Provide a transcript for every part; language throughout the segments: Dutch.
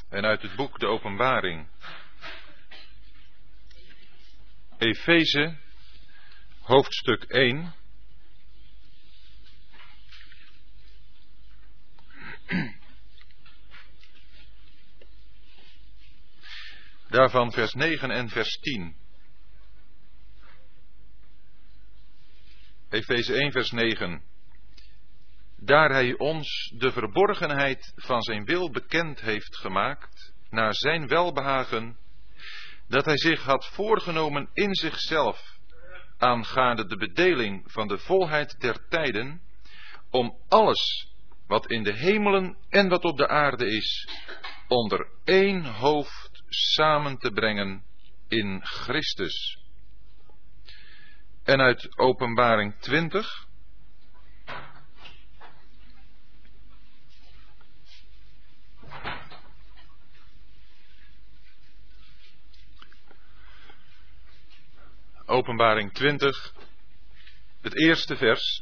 En uit het boek De Openbaring. Efeze, hoofdstuk 1. Daarvan vers 9 en vers 10. Efeze 1 vers 9. Daar hij ons de verborgenheid van zijn wil bekend heeft gemaakt, naar zijn welbehagen, dat hij zich had voorgenomen in zichzelf, aangaande de bedeling van de volheid der tijden, om alles wat in de hemelen en wat op de aarde is, onder één hoofd samen te brengen in Christus. En uit Openbaring 20. Openbaring 20, het eerste vers.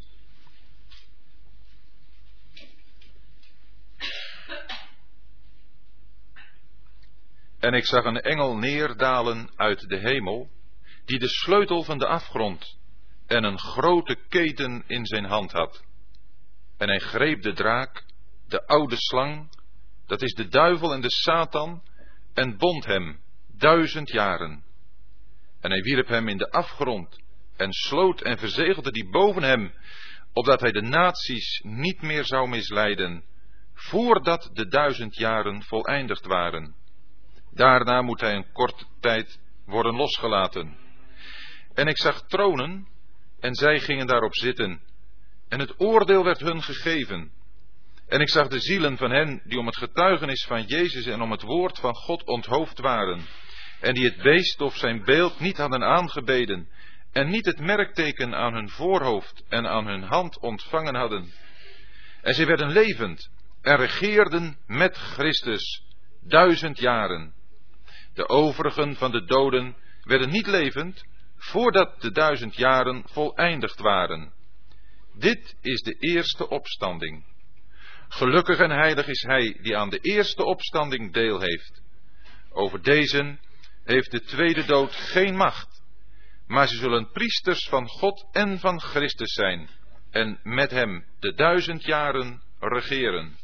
En ik zag een engel neerdalen uit de hemel, die de sleutel van de afgrond en een grote keten in zijn hand had. En hij greep de draak, de oude slang, dat is de duivel en de Satan, en bond hem 1000 jaren. En hij wierp hem in de afgrond en sloot en verzegelde die boven hem, opdat hij de naties niet meer zou misleiden, voordat de 1000 jaren voleindigd waren. Daarna moet hij een korte tijd worden losgelaten. En ik zag tronen, en zij gingen daarop zitten, en het oordeel werd hun gegeven. En ik zag de zielen van hen die om het getuigenis van Jezus en om het woord van God onthoofd waren, en die het beest of zijn beeld niet hadden aangebeden, en niet het merkteken aan hun voorhoofd en aan hun hand ontvangen hadden. En zij werden levend en regeerden met Christus 1000 jaren. De overigen van de doden werden niet levend, voordat de 1000 jaren voleindigd waren. Dit is de eerste opstanding. Gelukkig en heilig is hij die aan de eerste opstanding deel heeft. Over dezen heeft de tweede dood geen macht, maar ze zullen priesters van God en van Christus zijn, en met hem de 1000 jaren regeren.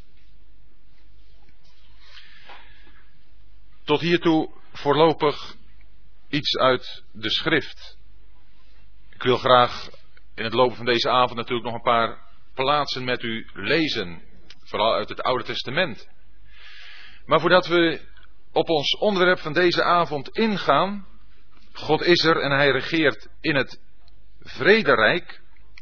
Tot hiertoe voorlopig iets uit de schrift. Ik wil graag in het lopen van deze avond natuurlijk nog een paar plaatsen met u lezen, vooral uit het Oude Testament. Maar voordat we op ons onderwerp van deze avond ingaan, God is er en hij regeert in het vrederijk,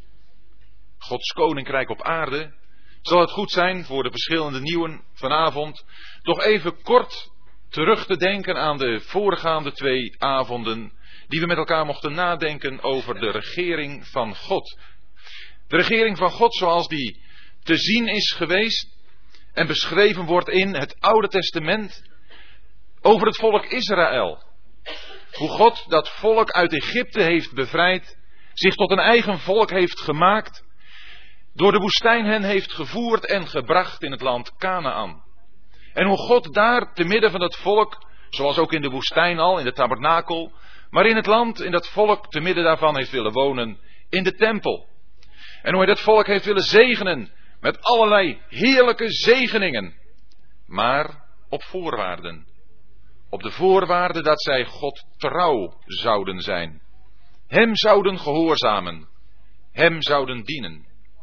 Gods koninkrijk op aarde, zal het goed zijn voor de verschillende nieuwen vanavond toch even kort terug te denken aan de voorgaande 2 avonden die we met elkaar mochten nadenken over de regering van God. De regering van God zoals die te zien is geweest en beschreven wordt in het Oude Testament over het volk Israël. Hoe God dat volk uit Egypte heeft bevrijd, zich tot een eigen volk heeft gemaakt, door de woestijn hen heeft gevoerd en gebracht in het land Kanaän. En hoe God daar te midden van dat volk, zoals ook in de woestijn al, in de tabernakel, maar in het land, in dat volk te midden daarvan heeft willen wonen, in de tempel. En hoe hij dat volk heeft willen zegenen met allerlei heerlijke zegeningen, maar op voorwaarden. Op de voorwaarde dat zij God trouw zouden zijn. Hem zouden gehoorzamen. Hem zouden dienen.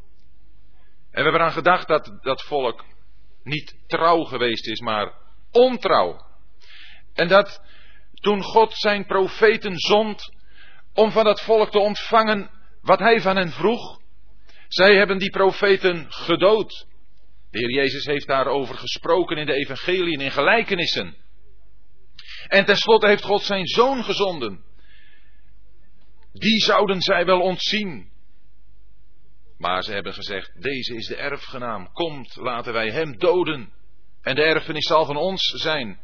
En we hebben eraan gedacht dat dat volk niet trouw geweest is, maar ontrouw. En dat toen God zijn profeten zond om van dat volk te ontvangen wat hij van hen vroeg, zij hebben die profeten gedood. De Heer Jezus heeft daarover gesproken in de evangeliën, in gelijkenissen. En tenslotte heeft God zijn zoon gezonden. Die zouden zij wel ontzien. Maar ze hebben gezegd, deze is de erfgenaam. Komt, laten wij hem doden. En de erfenis zal van ons zijn.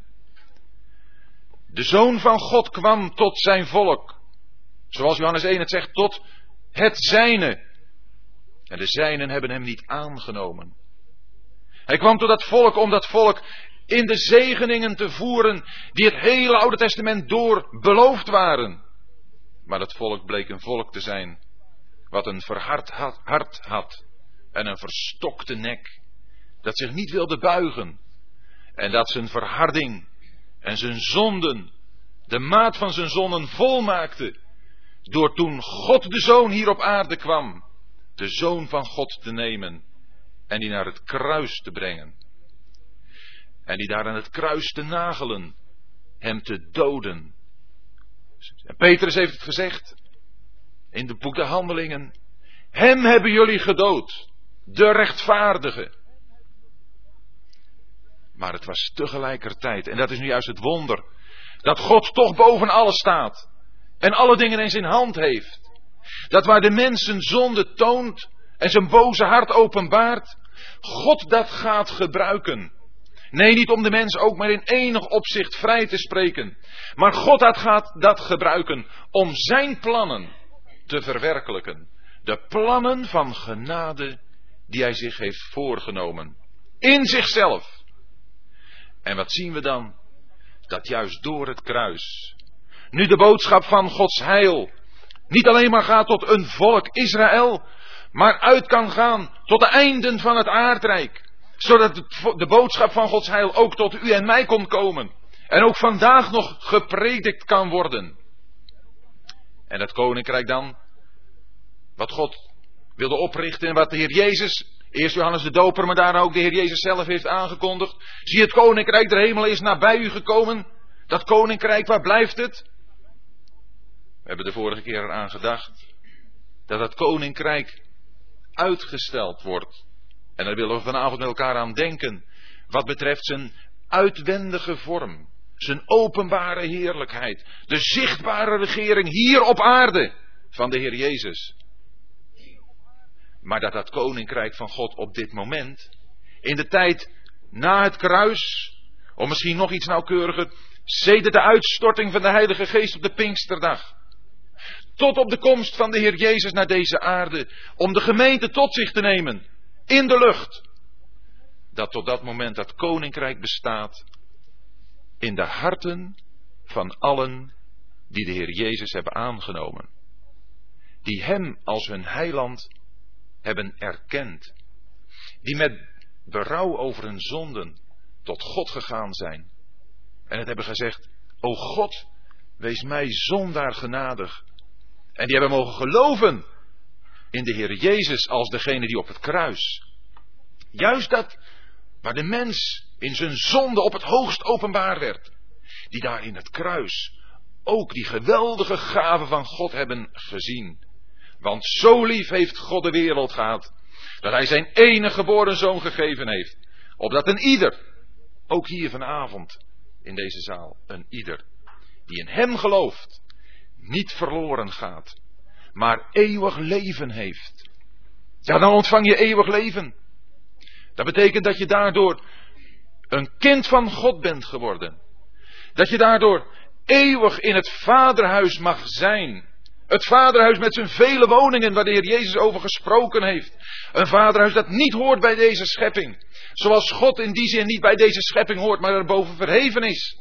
De Zoon van God kwam tot zijn volk. Zoals Johannes 1 het zegt, tot het zijne. En de zijnen hebben hem niet aangenomen. Hij kwam tot dat volk om dat volk in de zegeningen te voeren die het hele Oude Testament door beloofd waren. Maar het volk bleek een volk te zijn wat een verhard hart had en een verstokte nek, dat zich niet wilde buigen en dat zijn verharding en zijn zonden, de maat van zijn zonden volmaakte, door toen God de Zoon hier op aarde kwam, de Zoon van God te nemen en die naar het kruis te brengen. En die daar aan het kruis te nagelen, hem te doden. En Petrus heeft het gezegd in het boek de Handelingen. Hem hebben jullie gedood, de rechtvaardige. Maar het was tegelijkertijd, en dat is nu juist het wonder, dat God toch boven alles staat en alle dingen in zijn hand heeft. Dat waar de mens zijn zonde toont en zijn boze hart openbaart, God dat gaat gebruiken. Nee, niet om de mens ook maar in enig opzicht vrij te spreken. Maar God gaat dat gebruiken om zijn plannen te verwerkelijken. De plannen van genade die hij zich heeft voorgenomen. In zichzelf. En wat zien we dan? Dat juist door het kruis nu de boodschap van Gods heil niet alleen maar gaat tot een volk Israël, maar uit kan gaan tot de einden van het aardrijk. Zodat de boodschap van Gods heil ook tot u en mij kon komen. En ook vandaag nog gepredikt kan worden. En dat koninkrijk dan, wat God wilde oprichten en wat de Heer Jezus, eerst Johannes de Doper, maar daarna ook de Heer Jezus zelf heeft aangekondigd. Zie, het koninkrijk der hemel is nabij u gekomen. Dat koninkrijk, waar blijft het? We hebben de vorige keer eraan gedacht dat dat koninkrijk uitgesteld wordt. En daar willen we vanavond met elkaar aan denken. Wat betreft zijn uitwendige vorm. Zijn openbare heerlijkheid. De zichtbare regering hier op aarde van de Heer Jezus. Maar dat dat koninkrijk van God op dit moment, in de tijd na het kruis, of misschien nog iets nauwkeuriger, sedert de uitstorting van de Heilige Geest op de Pinksterdag, tot op de komst van de Heer Jezus naar deze aarde, om de gemeente tot zich te nemen, in de lucht, dat tot dat moment dat koninkrijk bestaat, in de harten van allen die de Heer Jezus hebben aangenomen, die Hem als hun heiland hebben erkend, die met berouw over hun zonden tot God gegaan zijn en het hebben gezegd: O God, wees mij zondaar genadig. En die hebben mogen geloven in de Heer Jezus als degene die op het kruis, juist dat waar de mens in zijn zonde op het hoogst openbaar werd, die daar in het kruis ook die geweldige gave van God hebben gezien. Want zo lief heeft God de wereld gehad, dat hij zijn enige geboren zoon gegeven heeft, opdat een ieder, ook hier vanavond in deze zaal, een ieder die in hem gelooft, niet verloren gaat, maar eeuwig leven heeft. Ja, dan ontvang je eeuwig leven. Dat betekent dat je daardoor een kind van God bent geworden. Dat je daardoor eeuwig in het vaderhuis mag zijn. Het vaderhuis met zijn vele woningen waar de Heer Jezus over gesproken heeft. Een vaderhuis dat niet hoort bij deze schepping. Zoals God in die zin niet bij deze schepping hoort, maar erboven verheven is.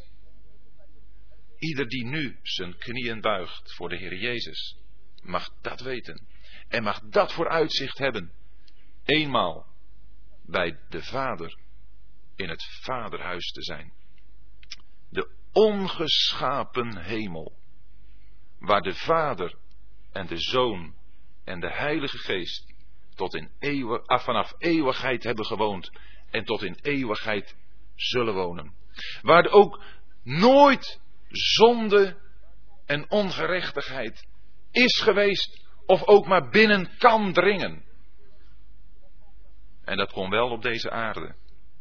Ieder die nu zijn knieën buigt voor de Heer Jezus, mag dat weten. En mag dat vooruitzicht hebben. Eenmaal bij de Vader in het vaderhuis te zijn. De ongeschapen hemel. Waar de Vader en de Zoon en de Heilige Geest tot in vanaf eeuwigheid hebben gewoond. En tot in eeuwigheid zullen wonen. Waar ook nooit zonde en ongerechtigheid is geweest of ook maar binnen kan dringen. En dat kon wel op deze aarde.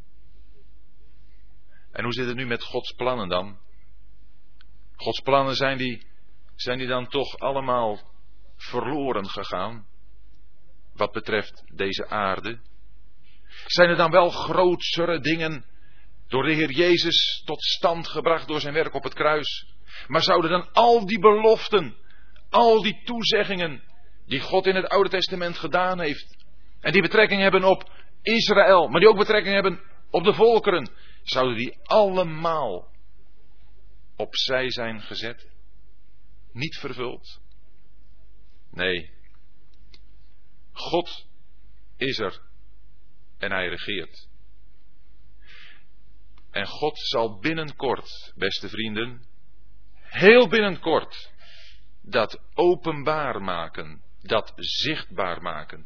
En hoe zit het nu met Gods plannen dan? Gods plannen zijn die dan toch allemaal verloren gegaan? Wat betreft deze aarde? Zijn er dan wel grootsere dingen door de Heer Jezus tot stand gebracht door zijn werk op het kruis? Maar zouden dan al die beloften, al die toezeggingen die God in het Oude Testament gedaan heeft, en die betrekking hebben op Israël, maar die ook betrekking hebben op de volkeren zouden die allemaal opzij zijn gezet? Niet vervuld? Nee. God is er en hij regeert. En God zal binnenkort, beste vrienden, heel binnenkort, dat openbaar maken, dat zichtbaar maken.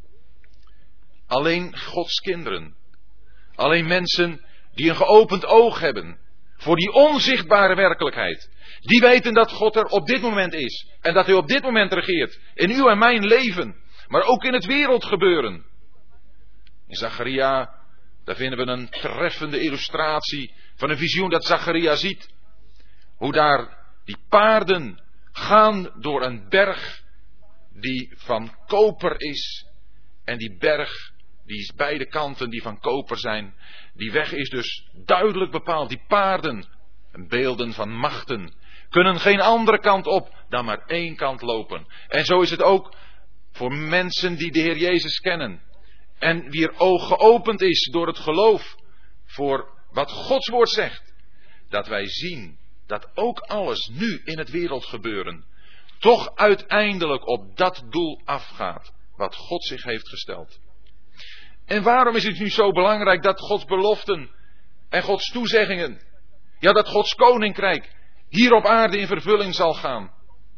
Alleen Gods kinderen, alleen mensen die een geopend oog hebben voor die onzichtbare werkelijkheid, die weten dat God er op dit moment is en dat hij op dit moment regeert, in uw en mijn leven, maar ook in het wereldgebeuren. In Zacharia, daar vinden we een treffende illustratie van een visioen dat Zacharia ziet. Hoe daar die paarden gaan door een berg die van koper is. En die berg, die is beide kanten die van koper zijn. Die weg is dus duidelijk bepaald. Die paarden, beelden van machten, kunnen geen andere kant op dan maar één kant lopen. En zo is het ook voor mensen die de Heer Jezus kennen. En wier oog geopend is door het geloof voor wat Gods woord zegt. Dat wij zien dat ook alles nu in het wereldgebeuren toch uiteindelijk op dat doel afgaat wat God zich heeft gesteld. En waarom is het nu zo belangrijk dat Gods beloften en Gods toezeggingen, ja, dat Gods koninkrijk hier op aarde in vervulling zal gaan?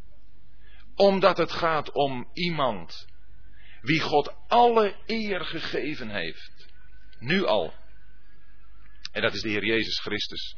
Omdat het gaat om iemand wie God alle eer gegeven heeft. Nu al. En dat is de Heer Jezus Christus.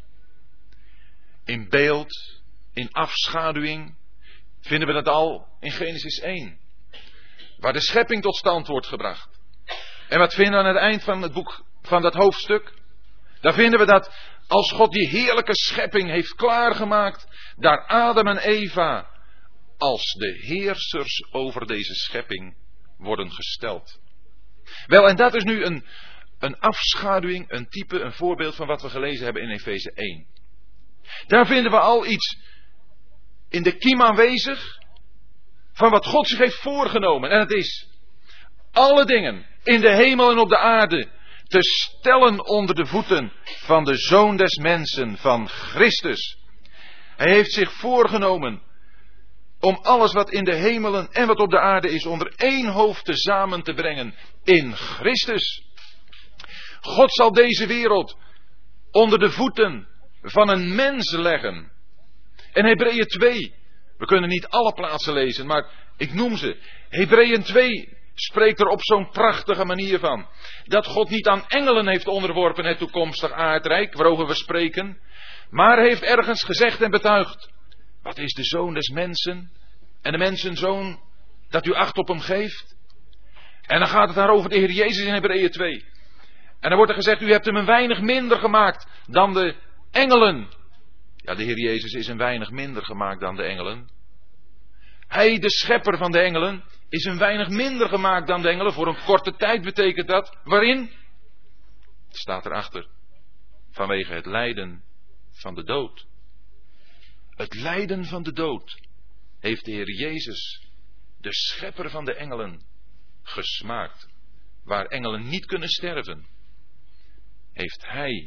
In beeld, in afschaduwing, vinden we dat al in Genesis 1. Waar de schepping tot stand wordt gebracht. En wat vinden we aan het eind van het boek, van dat hoofdstuk? Daar vinden we dat als God die heerlijke schepping heeft klaargemaakt, daar Adam en Eva als de heersers over deze schepping worden gesteld. Wel, en dat is nu een afschaduwing, een type, een voorbeeld van wat we gelezen hebben in Efeze 1. Daar vinden we al iets in de kiem aanwezig van wat God zich heeft voorgenomen. En het is alle dingen in de hemel en op de aarde te stellen onder de voeten van de Zoon des Mensen, van Christus. Hij heeft zich voorgenomen om alles wat in de hemelen en wat op de aarde is onder één hoofd tezamen te brengen in Christus. God zal deze wereld onder de voeten van een mens leggen. En Hebreeën 2, we kunnen niet alle plaatsen lezen, maar ik noem ze. Hebreeën 2 spreekt er op zo'n prachtige manier van. Dat God niet aan engelen heeft onderworpen het toekomstig aardrijk, waarover we spreken. Maar heeft ergens gezegd en betuigd. Wat is de Zoon des Mensen? En de mensenzoon, dat u acht op hem geeft? En dan gaat het daar over de Heer Jezus in Hebreeën 2. En dan wordt er gezegd, u hebt hem een weinig minder gemaakt dan de engelen. Ja, de Heer Jezus is een weinig minder gemaakt dan de engelen. Hij, de schepper van de engelen, is een weinig minder gemaakt dan de engelen. Voor een korte tijd betekent dat. Waarin? Het staat erachter. Vanwege het lijden van de dood. Het lijden van de dood heeft de Heer Jezus, de schepper van de engelen, gesmaakt. Waar engelen niet kunnen sterven, heeft Hij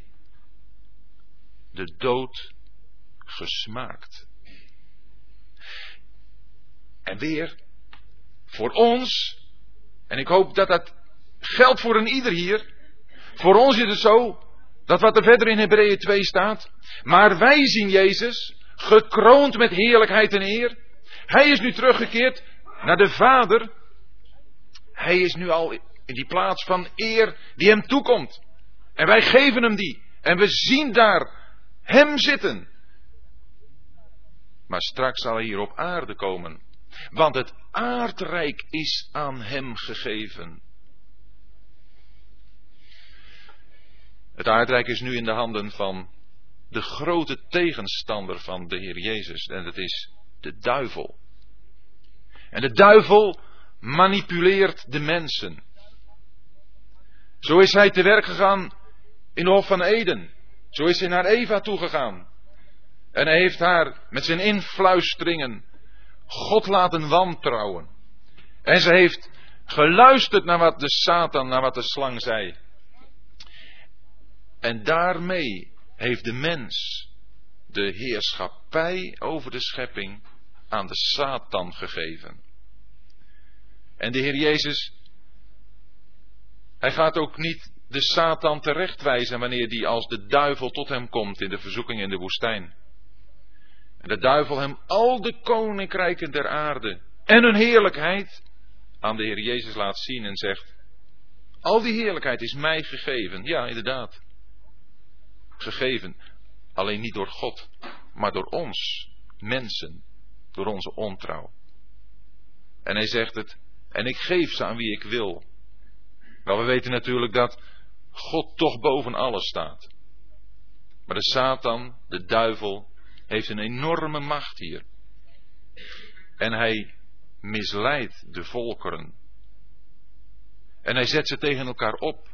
de dood gesmaakt. En weer, voor ons, en ik hoop dat dat geldt voor een ieder hier, voor ons is het zo, dat wat er verder in Hebreeën 2 staat, maar wij zien Jezus gekroond met heerlijkheid en eer. Hij is nu teruggekeerd naar de Vader. Hij is nu al in die plaats van eer die hem toekomt. En wij geven hem die. En we zien daar hem zitten. Maar straks zal hij hier op aarde komen. Want het aardrijk is aan hem gegeven. Het aardrijk is nu in de handen van de grote tegenstander van de Heer Jezus. En dat is de duivel. En de duivel manipuleert de mensen. Zo is hij te werk gegaan in de Hof van Eden. Zo is hij naar Eva toegegaan. En hij heeft haar met zijn influisteringen God laten wantrouwen. En ze heeft geluisterd naar wat de Satan, naar wat de slang zei. En daarmee heeft de mens de heerschappij over de schepping aan de Satan gegeven. En de Heer Jezus, hij gaat ook niet de Satan terechtwijzen wanneer die als de duivel tot hem komt in de verzoeking in de woestijn. En de duivel hem al de koninkrijken der aarde en hun heerlijkheid aan de Heer Jezus laat zien en zegt: al die heerlijkheid is mij gegeven. Ja, inderdaad. Gegeven. Alleen niet door God, maar door ons, mensen, door onze ontrouw. En hij zegt het: en ik geef ze aan wie ik wil. Wel, we weten natuurlijk dat God toch boven alles staat. Maar de Satan, de duivel, heeft een enorme macht hier. En hij misleidt de volkeren. En hij zet ze tegen elkaar op.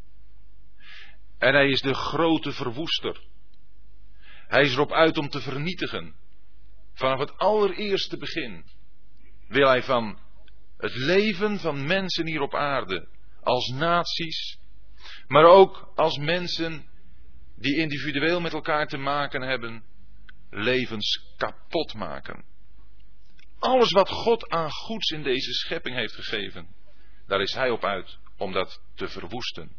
En hij is de grote verwoester. Hij is erop uit om te vernietigen. Vanaf het allereerste begin wil hij van het leven van mensen hier op aarde, als naties, maar ook als mensen die individueel met elkaar te maken hebben, levens kapot maken. Alles wat God aan goeds in deze schepping heeft gegeven, daar is hij op uit om dat te verwoesten.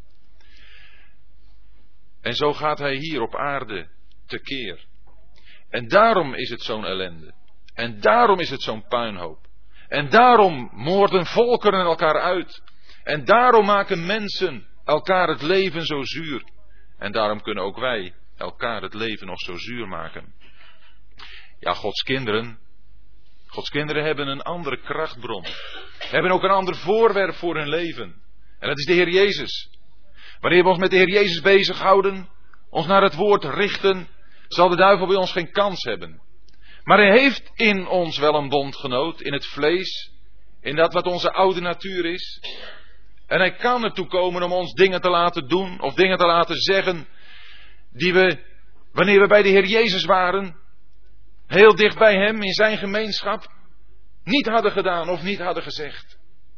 En zo gaat hij hier op aarde tekeer. En daarom is het zo'n ellende. En daarom is het zo'n puinhoop. En daarom moorden volkeren elkaar uit. En daarom maken mensen elkaar het leven zo zuur. En daarom kunnen ook wij elkaar het leven nog zo zuur maken. Ja, Gods kinderen hebben een andere krachtbron. Hebben ook een ander voorwerp voor hun leven. En dat is de Heer Jezus. Wanneer we ons met de Heer Jezus bezighouden, ons naar het woord richten, zal de duivel bij ons geen kans hebben. Maar hij heeft in ons wel een bondgenoot, in het vlees, in dat wat onze oude natuur is. En hij kan ertoe komen om ons dingen te laten doen, of dingen te laten zeggen, die we, wanneer we bij de Heer Jezus waren, heel dicht bij hem, in zijn gemeenschap, niet hadden gedaan of niet hadden gezegd.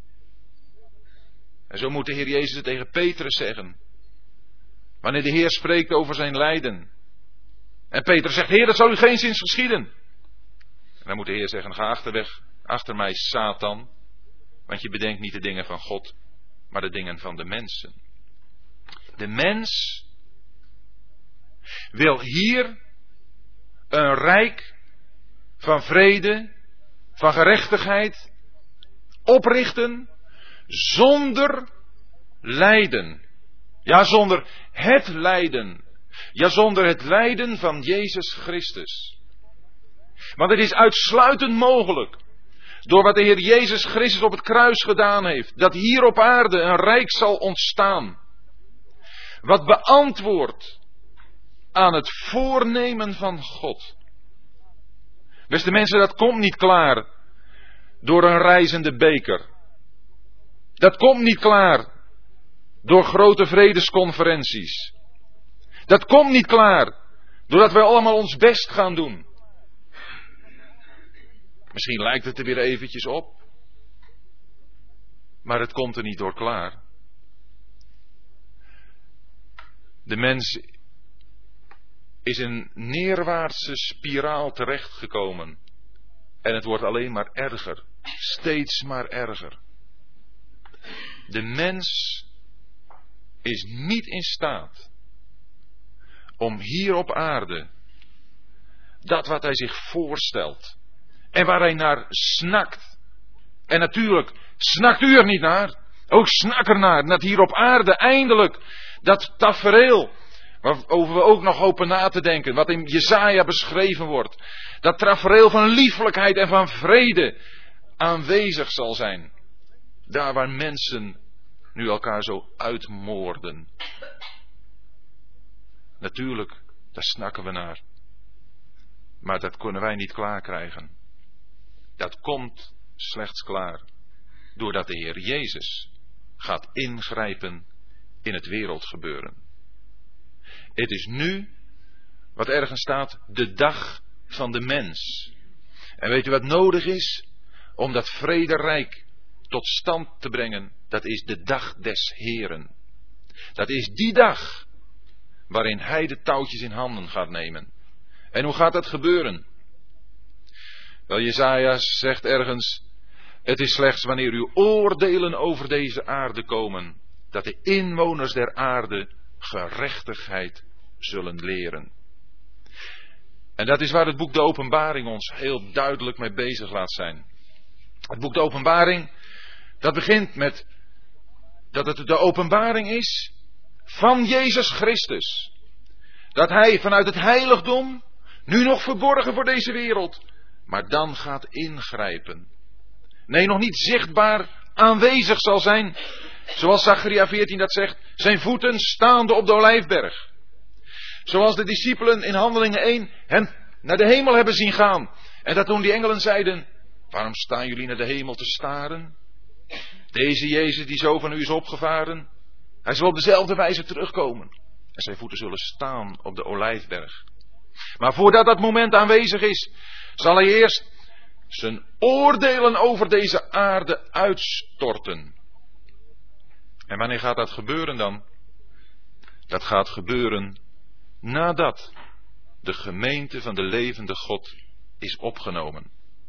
En zo moet de Heer Jezus het tegen Petrus zeggen. Wanneer de Heer spreekt over zijn lijden. En Petrus zegt: Heer, dat zal u geen zins geschieden. En dan moet de Heer zeggen: ga achterweg, achter mij, Satan. Want je bedenkt niet de dingen van God, maar de dingen van de mensen. De mens wil hier een rijk van vrede, van gerechtigheid oprichten zonder lijden. Ja, zonder het lijden. Ja, zonder het lijden van Jezus Christus. Want het is uitsluitend mogelijk, door wat de Heer Jezus Christus op het kruis gedaan heeft, dat hier op aarde een rijk zal ontstaan. Wat beantwoordt aan het voornemen van God. Beste mensen, dat komt niet klaar door een reizende beker. Dat komt niet klaar door grote vredesconferenties. Dat komt niet klaar doordat wij allemaal ons best gaan doen. Misschien lijkt het er weer eventjes op. Maar het komt er niet door klaar. De mens is een neerwaartse spiraal terechtgekomen. En het wordt alleen maar erger. Steeds maar erger. De mens is niet in staat om hier op aarde dat wat hij zich voorstelt en waar hij naar snakt. En natuurlijk snakt u er niet naar. Ook snak er naar dat hier op aarde eindelijk dat tafereel, waarover we ook nog hopen na te denken, wat in Jesaja beschreven wordt, dat tafereel van liefelijkheid en van vrede aanwezig zal zijn. Daar waar mensen nu elkaar zo uitmoorden. Natuurlijk, daar snakken we naar. Maar dat kunnen wij niet klaarkrijgen. Dat komt slechts klaar doordat de Heer Jezus gaat ingrijpen in het wereldgebeuren. Het is nu, wat ergens staat, de dag van de mens. En weet u wat nodig is om dat vrederijk tot stand te brengen? Dat is de dag des Heren. Dat is die dag waarin hij de touwtjes in handen gaat nemen. En hoe gaat dat gebeuren? Wel, Jesaja zegt ergens, het is slechts wanneer uw oordelen over deze aarde komen, dat de inwoners der aarde gerechtigheid zullen leren. En dat is waar het boek De Openbaring ons heel duidelijk mee bezig laat zijn. Het boek De Openbaring, dat begint met dat het de openbaring is van Jezus Christus. Dat hij vanuit het heiligdom, nu nog verborgen voor deze wereld, maar dan gaat ingrijpen. Nee, nog niet zichtbaar aanwezig zal zijn, zoals Zacharia 14 dat zegt, zijn voeten staande op de Olijfberg. Zoals de discipelen in Handelingen 1 hem naar de hemel hebben zien gaan. En dat toen die engelen zeiden, waarom staan jullie naar de hemel te staren? Deze Jezus die zo van u is opgevaren, hij zal op dezelfde wijze terugkomen. En zijn voeten zullen staan op de Olijfberg. Maar voordat dat moment aanwezig is, zal hij eerst zijn oordelen over deze aarde uitstorten. En wanneer gaat dat gebeuren dan? Dat gaat gebeuren nadat de gemeente van de levende God is opgenomen.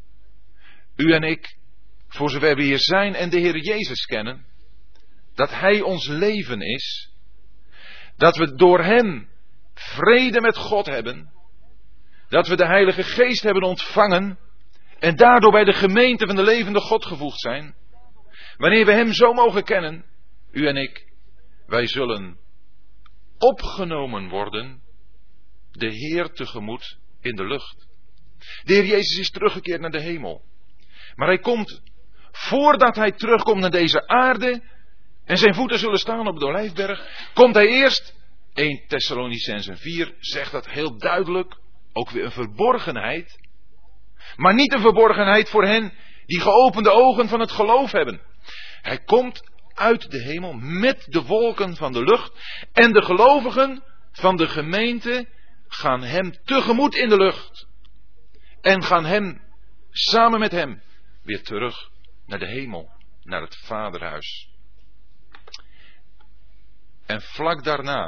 U en ik, voor zover we hier zijn en de Heer Jezus kennen, dat Hij ons leven is, dat we door Hem vrede met God hebben, dat we de Heilige Geest hebben ontvangen en daardoor bij de gemeente van de levende God gevoegd zijn. Wanneer we Hem zo mogen kennen, u en ik, wij zullen opgenomen worden de Heer tegemoet in de lucht. De Heer Jezus is teruggekeerd naar de hemel. Maar Hij komt, voordat Hij terugkomt naar deze aarde en zijn voeten zullen staan op de Olijfberg, komt Hij eerst, 1 Thessalonicenzen 4 zegt dat heel duidelijk, ook weer een verborgenheid. Maar niet een verborgenheid voor hen die geopende ogen van het geloof hebben. Hij komt uit de hemel met de wolken van de lucht en de gelovigen van de gemeente gaan Hem tegemoet in de lucht. En gaan Hem, samen met Hem, weer terug naar de hemel, naar het Vaderhuis. En vlak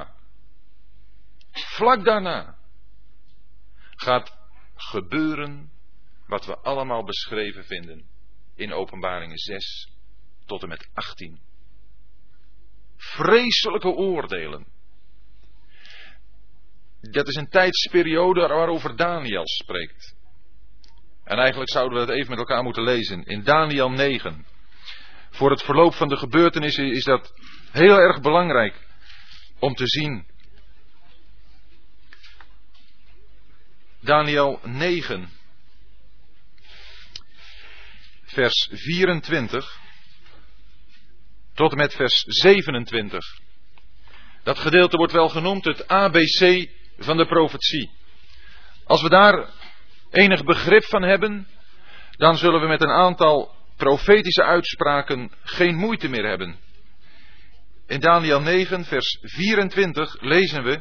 daarna gaat gebeuren wat we allemaal beschreven vinden in Openbaringen 6 tot en met 18. Vreselijke oordelen. Dat is een tijdsperiode waarover Daniel spreekt. En eigenlijk zouden we dat even met elkaar moeten lezen. In Daniel 9. Voor het verloop van de gebeurtenissen is dat heel erg belangrijk om te zien. Daniel 9. Vers 24. Tot en met vers 27. Dat gedeelte wordt wel genoemd het ABC van de profetie. Als we daar enig begrip van hebben, dan zullen we met een aantal profetische uitspraken geen moeite meer hebben. In Daniel 9 vers 24 lezen we: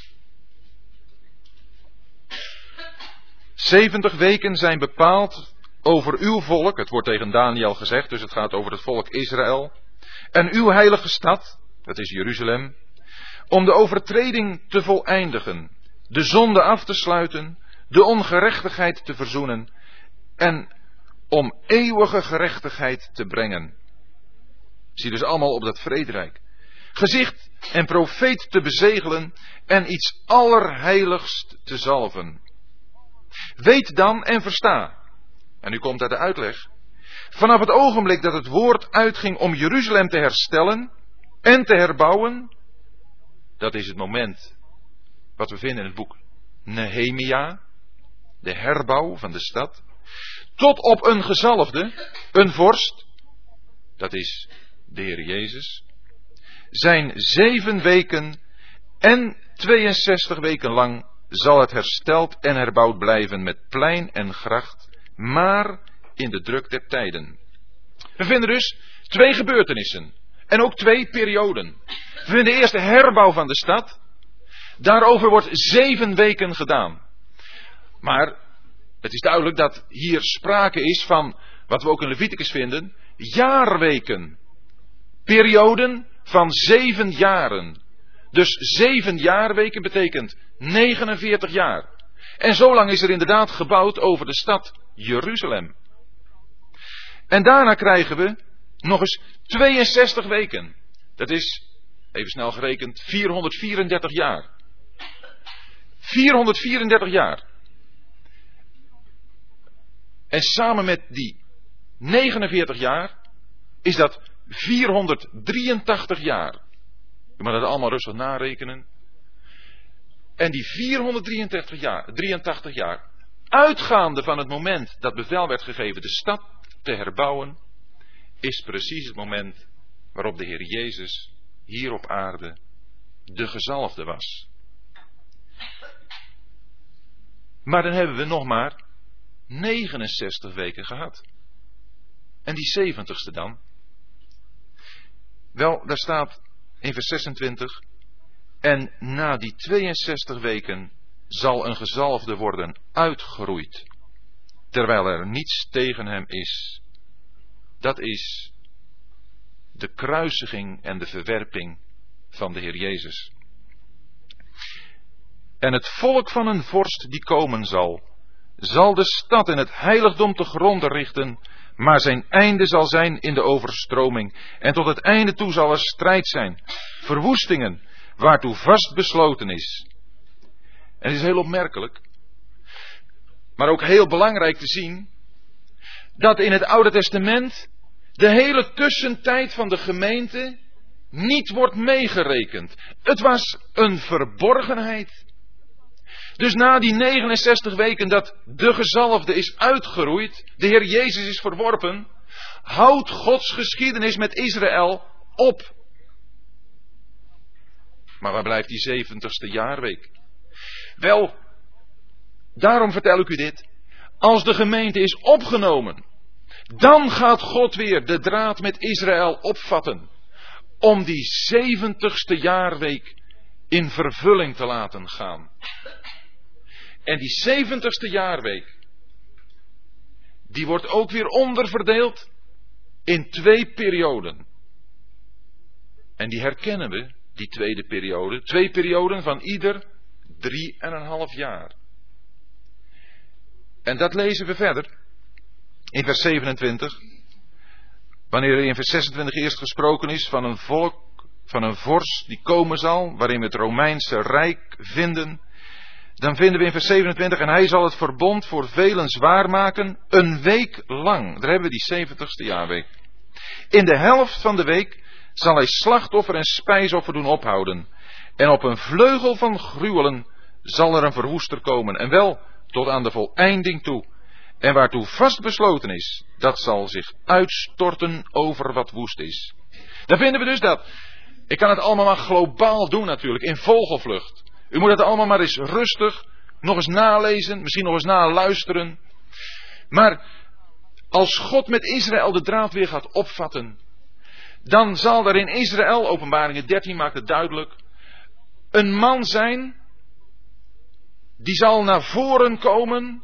70 weken zijn bepaald over uw volk, het wordt tegen Daniel gezegd, dus het gaat over het volk Israël, en uw heilige stad, dat is Jeruzalem, om de overtreding te voleindigen, de zonde af te sluiten, de ongerechtigheid te verzoenen en om eeuwige gerechtigheid te brengen. Zie dus allemaal op dat vrederijk. Gezicht en profeet te bezegelen en iets allerheiligst te zalven. Weet dan en versta. En nu komt daar de uitleg. Vanaf het ogenblik dat het woord uitging om Jeruzalem te herstellen en te herbouwen, dat is het moment wat we vinden in het boek Nehemia, de herbouw van de stad, tot op een gezalfde, een vorst, dat is de Heer Jezus, zijn 7 weken en 62 weken lang zal het hersteld en herbouwd blijven met plein en gracht, maar in de druk der tijden. We vinden dus 2 gebeurtenissen en ook 2 perioden. We vinden eerst de herbouw van de stad. Daarover wordt 7 weken gedaan. Maar het is duidelijk dat hier sprake is van, wat we ook in Leviticus vinden, jaarweken. Perioden van 7 jaren. Dus 7 jaarweken betekent 49 jaar. En zo lang is er inderdaad gebouwd over de stad Jeruzalem. En daarna krijgen we nog eens 62 weken. Dat is, even snel gerekend, 434 jaar. 434 jaar. En samen met die 49 jaar is dat 483 jaar. Je moet dat allemaal rustig narekenen. En die 483 jaar, uitgaande van het moment dat bevel werd gegeven de stad te herbouwen, is precies het moment waarop de Heer Jezus hier op aarde de gezalfde was. Maar dan hebben we nog maar 69 weken gehad. En die 70ste dan? Wel, daar staat in vers 26... En na die 62 weken zal een gezalfde worden uitgeroeid, terwijl er niets tegen hem is. Dat is de kruisiging en de verwerping van de Heer Jezus. En het volk van een vorst die komen zal de stad en het heiligdom te gronde richten, maar zijn einde zal zijn in de overstroming. En tot het einde toe zal er strijd zijn, verwoestingen, waartoe vast besloten is. En het is heel opmerkelijk, maar ook heel belangrijk te zien, dat in het Oude Testament de hele tussentijd van de gemeente niet wordt meegerekend. Het was een verborgenheid. Dus na die 69 weken dat de gezalfde is uitgeroeid, de Heer Jezus is verworpen, houdt Gods geschiedenis met Israël op. Maar waar blijft die 70ste jaarweek? Wel, daarom vertel ik u dit. Als de gemeente is opgenomen, dan gaat God weer de draad met Israël opvatten. Om die 70ste jaarweek in vervulling te laten gaan. En die 70ste jaarweek, die wordt ook weer onderverdeeld in 2 perioden. En die herkennen we, die tweede periode. 2 perioden van ieder 3,5 jaar. En dat lezen we verder in vers 27. Wanneer er in vers 26 eerst gesproken is van een volk, van een vorst die komen zal, waarin we het Romeinse Rijk vinden, dan vinden we in vers 27, en hij zal het verbond voor velen zwaar maken, een week lang. Daar hebben we die 70ste jaarweek. In de helft van de week zal hij slachtoffer en spijsoffer doen ophouden. En op een vleugel van gruwelen zal er een verwoester komen. En wel tot aan de voleinding toe. En waartoe vastbesloten is, dat zal zich uitstorten over wat woest is. Daar vinden we dus dat. Ik kan het allemaal maar globaal doen natuurlijk, in vogelvlucht. U moet het allemaal maar eens rustig nog eens nalezen, misschien nog eens naluisteren. Maar als God met Israël de draad weer gaat opvatten, dan zal er in Israël, Openbaringen 13 maakt het duidelijk, een man zijn, die zal naar voren komen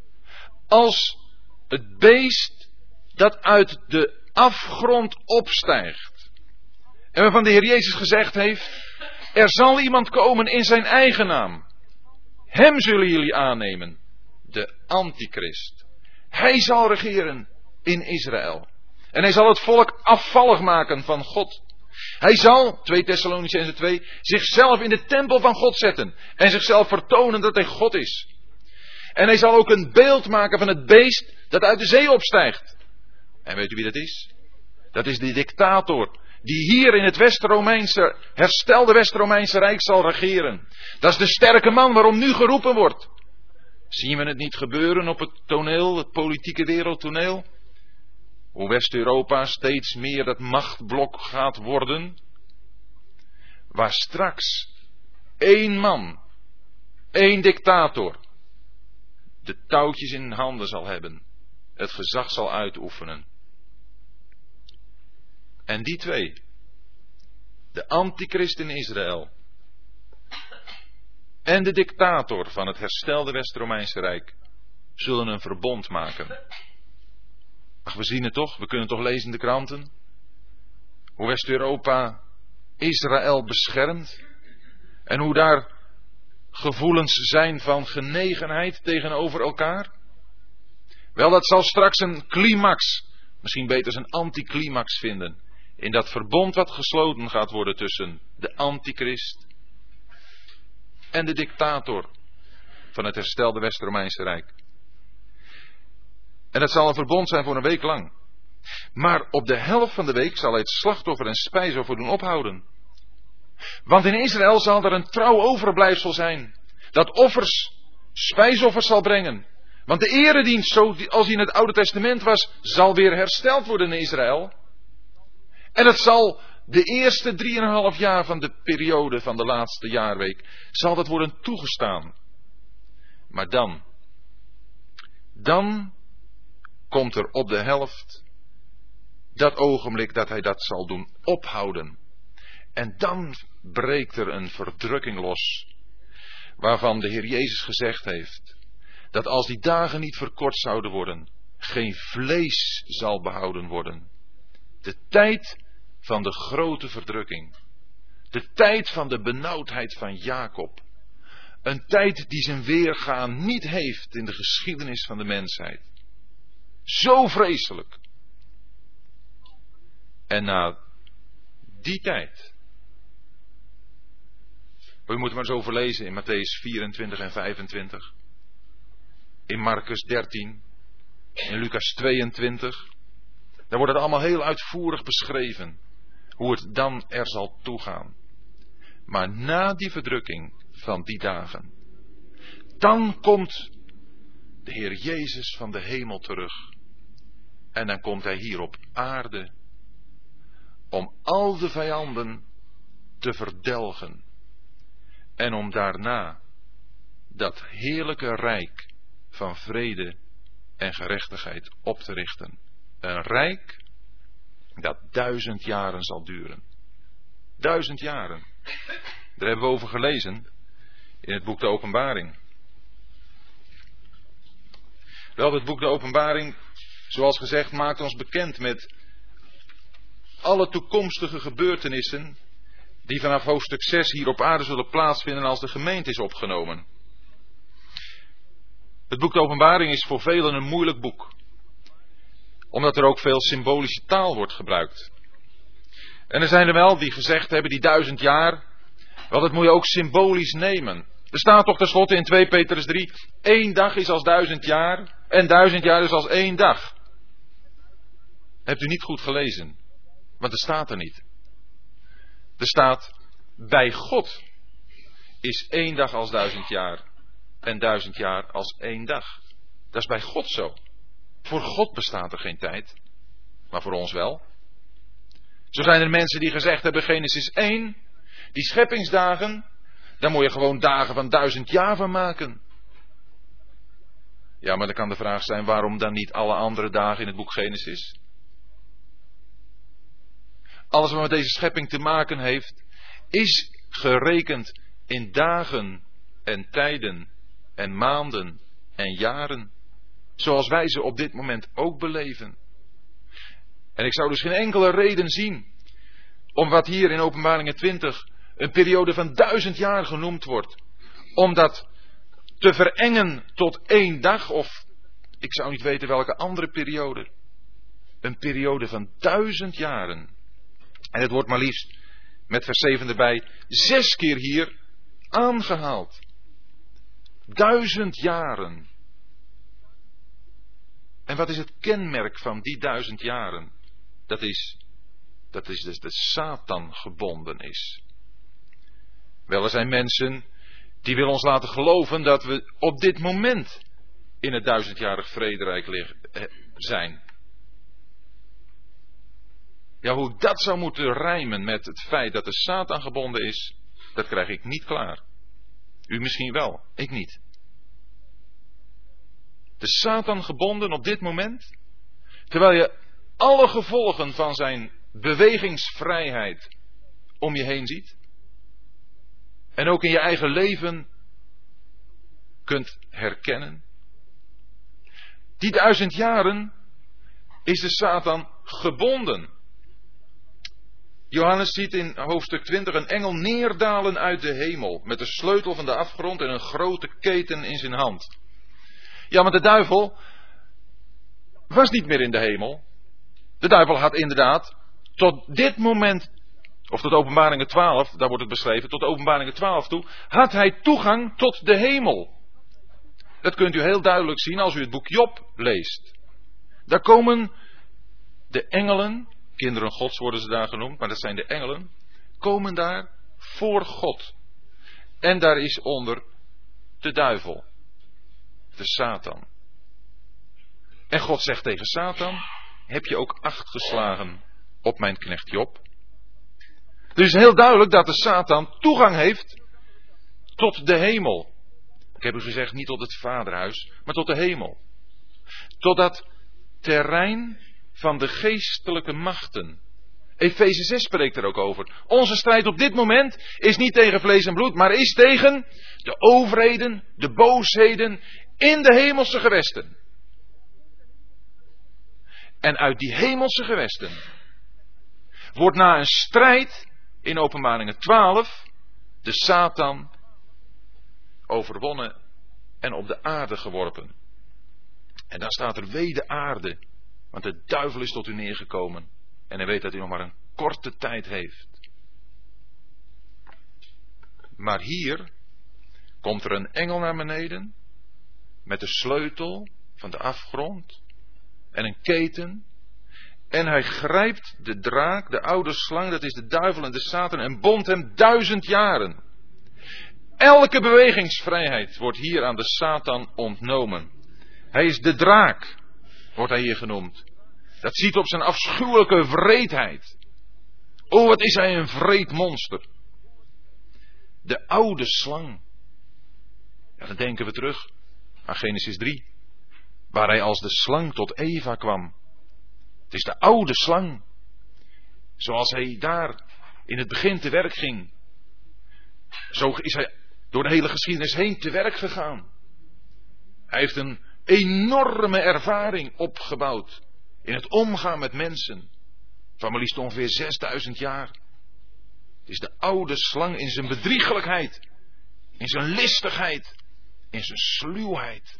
als het beest dat uit de afgrond opstijgt. En waarvan de Heer Jezus gezegd heeft, er zal iemand komen in zijn eigen naam. Hem zullen jullie aannemen, de Antichrist. Hij zal regeren in Israël. En hij zal het volk afvallig maken van God. Hij zal, 2 Thessalonicenzen 2, zichzelf in de tempel van God zetten. En zichzelf vertonen dat hij God is. En hij zal ook een beeld maken van het beest dat uit de zee opstijgt. En weet u wie dat is? Dat is die dictator die hier in het West-Romeinse, herstelde West-Romeinse Rijk zal regeren. Dat is de sterke man waarom nu geroepen wordt. Zien we het niet gebeuren op het toneel, het politieke wereldtoneel? Hoe West-Europa steeds meer dat machtblok gaat worden. Waar straks 1 man, 1 dictator, de touwtjes in handen zal hebben. Het gezag zal uitoefenen. En die 2, de antichrist in Israël en de dictator van het herstelde West-Romeinse Rijk, zullen een verbond maken. Ach, we zien het toch, we kunnen toch lezen in de kranten, hoe West-Europa Israël beschermt. En hoe daar gevoelens zijn van genegenheid tegenover elkaar. Wel, dat zal straks een climax, misschien beter een anticlimax vinden. In dat verbond wat gesloten gaat worden tussen de antichrist en de dictator van het herstelde West-Romeinse Rijk. En het zal een verbond zijn voor een week lang. Maar op de helft van de week zal hij het slachtoffer en spijsoffer doen ophouden. Want in Israël zal er een trouw overblijfsel zijn, dat spijsoffers zal brengen. Want de eredienst, zoals die in het Oude Testament was, zal weer hersteld worden in Israël. En het zal de eerste 3,5 jaar van de periode van de laatste jaarweek, zal dat worden toegestaan. Maar dan komt er op de helft dat ogenblik dat hij dat zal doen ophouden. En dan breekt er een verdrukking los, waarvan de Heer Jezus gezegd heeft, dat als die dagen niet verkort zouden worden, geen vlees zal behouden worden. De tijd van de grote verdrukking. De tijd van de benauwdheid van Jacob. Een tijd die zijn weergaan niet heeft in de geschiedenis van de mensheid. Zo vreselijk. En na die tijd. We moeten maar eens overlezen in Mattheüs 24 en 25. In Marcus 13. In Lucas 22. Daar wordt het allemaal heel uitvoerig beschreven. Hoe het dan er zal toegaan. Maar na die verdrukking van die dagen. Dan komt de Heer Jezus van de hemel terug. En dan komt hij hier op aarde. Om al de vijanden te verdelgen. En om daarna dat heerlijke rijk van vrede en gerechtigheid op te richten. Een rijk dat 1000 jaren zal duren. 1000 jaren. Daar hebben we over gelezen in het boek de Openbaring. Wel, het boek de Openbaring, zoals gezegd, maakt ons bekend met alle toekomstige gebeurtenissen die vanaf hoofdstuk 6 hier op aarde zullen plaatsvinden als de gemeente is opgenomen. Het boek de Openbaring is voor velen een moeilijk boek, omdat er ook veel symbolische taal wordt gebruikt. En er zijn er wel die gezegd hebben, die 1000 jaar, wel, dat moet je ook symbolisch nemen. Er staat toch tenslotte in 2 Petrus 3, 1 dag is als 1000 jaar en 1000 jaar is als 1 dag. Hebt u niet goed gelezen, want het staat er niet. Er staat, bij God is 1 dag als 1000 jaar en 1000 jaar als 1 dag. Dat is bij God zo. Voor God bestaat er geen tijd, maar voor ons wel. Zo zijn er mensen die gezegd hebben, Genesis 1, die scheppingsdagen, daar moet je gewoon dagen van 1000 jaar van maken. Ja, maar dan kan de vraag zijn, waarom dan niet alle andere dagen in het boek Genesis? Alles wat met deze schepping te maken heeft, is gerekend in dagen en tijden en maanden en jaren. Zoals wij ze op dit moment ook beleven. En ik zou dus geen enkele reden zien om wat hier in Openbaringen 20 een periode van 1000 jaar genoemd wordt, om dat te verengen tot 1 dag of ik zou niet weten welke andere periode. Een periode van 1000 jaren. En het wordt maar liefst met vers 7 erbij 6 keer hier aangehaald. 1000 jaren. En wat is het kenmerk van die 1000 jaren? Dat is dus dat Satan gebonden is. Wel, er zijn mensen die willen ons laten geloven dat we op dit moment in het 1000-jarig vrederijk zijn. Ja, hoe dat zou moeten rijmen met het feit dat de Satan gebonden is, dat krijg ik niet klaar. U misschien wel, ik niet. De Satan gebonden op dit moment, terwijl je alle gevolgen van zijn bewegingsvrijheid om je heen ziet. En ook in je eigen leven kunt herkennen. Die 1000 jaren is de Satan gebonden. Johannes ziet in hoofdstuk 20 een engel neerdalen uit de hemel. Met de sleutel van de afgrond en een grote keten in zijn hand. Ja, maar de duivel was niet meer in de hemel. De duivel had inderdaad tot dit moment, of tot Openbaringen 12, daar wordt het beschreven, tot Openbaringen 12 toe, had hij toegang tot de hemel. Dat kunt u heel duidelijk zien als u het boek Job leest. Daar komen de engelen, kinderen Gods worden ze daar genoemd, maar dat zijn de engelen, komen daar voor God. En daar is onder de duivel, de Satan. En God zegt tegen Satan, heb je ook acht geslagen op mijn knecht Job? Dus het is heel duidelijk dat de Satan toegang heeft tot de hemel. Ik heb u gezegd, niet tot het vaderhuis, maar tot de hemel. Tot dat terrein van de geestelijke machten. Efeze 6 spreekt er ook over. Onze strijd op dit moment is niet tegen vlees en bloed, maar is tegen de overheden, de boosheden in de hemelse gewesten. En uit die hemelse gewesten wordt na een strijd in Openbaringen 12 de Satan overwonnen en op de aarde geworpen. En dan staat er wee de aarde, want de duivel is tot u neergekomen en hij weet dat hij nog maar een korte tijd heeft. Maar hier komt er een engel naar beneden met de sleutel van de afgrond en een keten. En hij grijpt de draak, de oude slang, dat is de duivel en de Satan, en bondt hem 1000 jaren. Elke bewegingsvrijheid wordt hier aan de Satan ontnomen. Hij is de draak, wordt hij hier genoemd. Dat ziet op zijn afschuwelijke wreedheid. Oh, wat is hij een wreed monster. De oude slang. Ja, dan denken we terug aan Genesis 3. Waar hij als de slang tot Eva kwam. Het is de oude slang. Zoals hij daar in het begin te werk ging. Zo is hij door de hele geschiedenis heen te werk gegaan. Hij heeft een enorme ervaring opgebouwd in het omgaan met mensen. Van maar liefst ongeveer 6000 jaar. Het is de oude slang in zijn bedriegelijkheid. In zijn listigheid. In zijn sluwheid.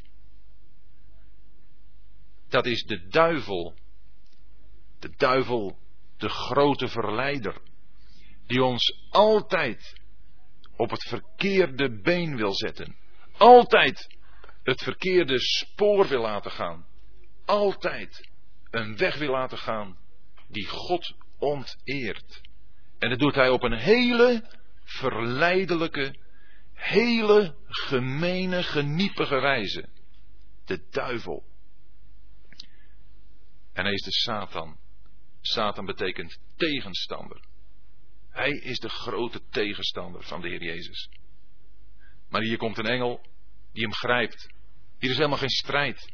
Dat is de duivel. De duivel, de grote verleider. Die ons altijd op het verkeerde been wil zetten. Altijd het verkeerde spoor wil laten gaan. Altijd een weg wil laten gaan die God onteert. En dat doet hij op een hele verleidelijke, hele gemene, geniepige wijze. De duivel. En hij is de Satan. Satan betekent tegenstander. Hij is de grote tegenstander van de Heer Jezus. Maar hier komt een engel die hem grijpt. Hier is helemaal geen strijd.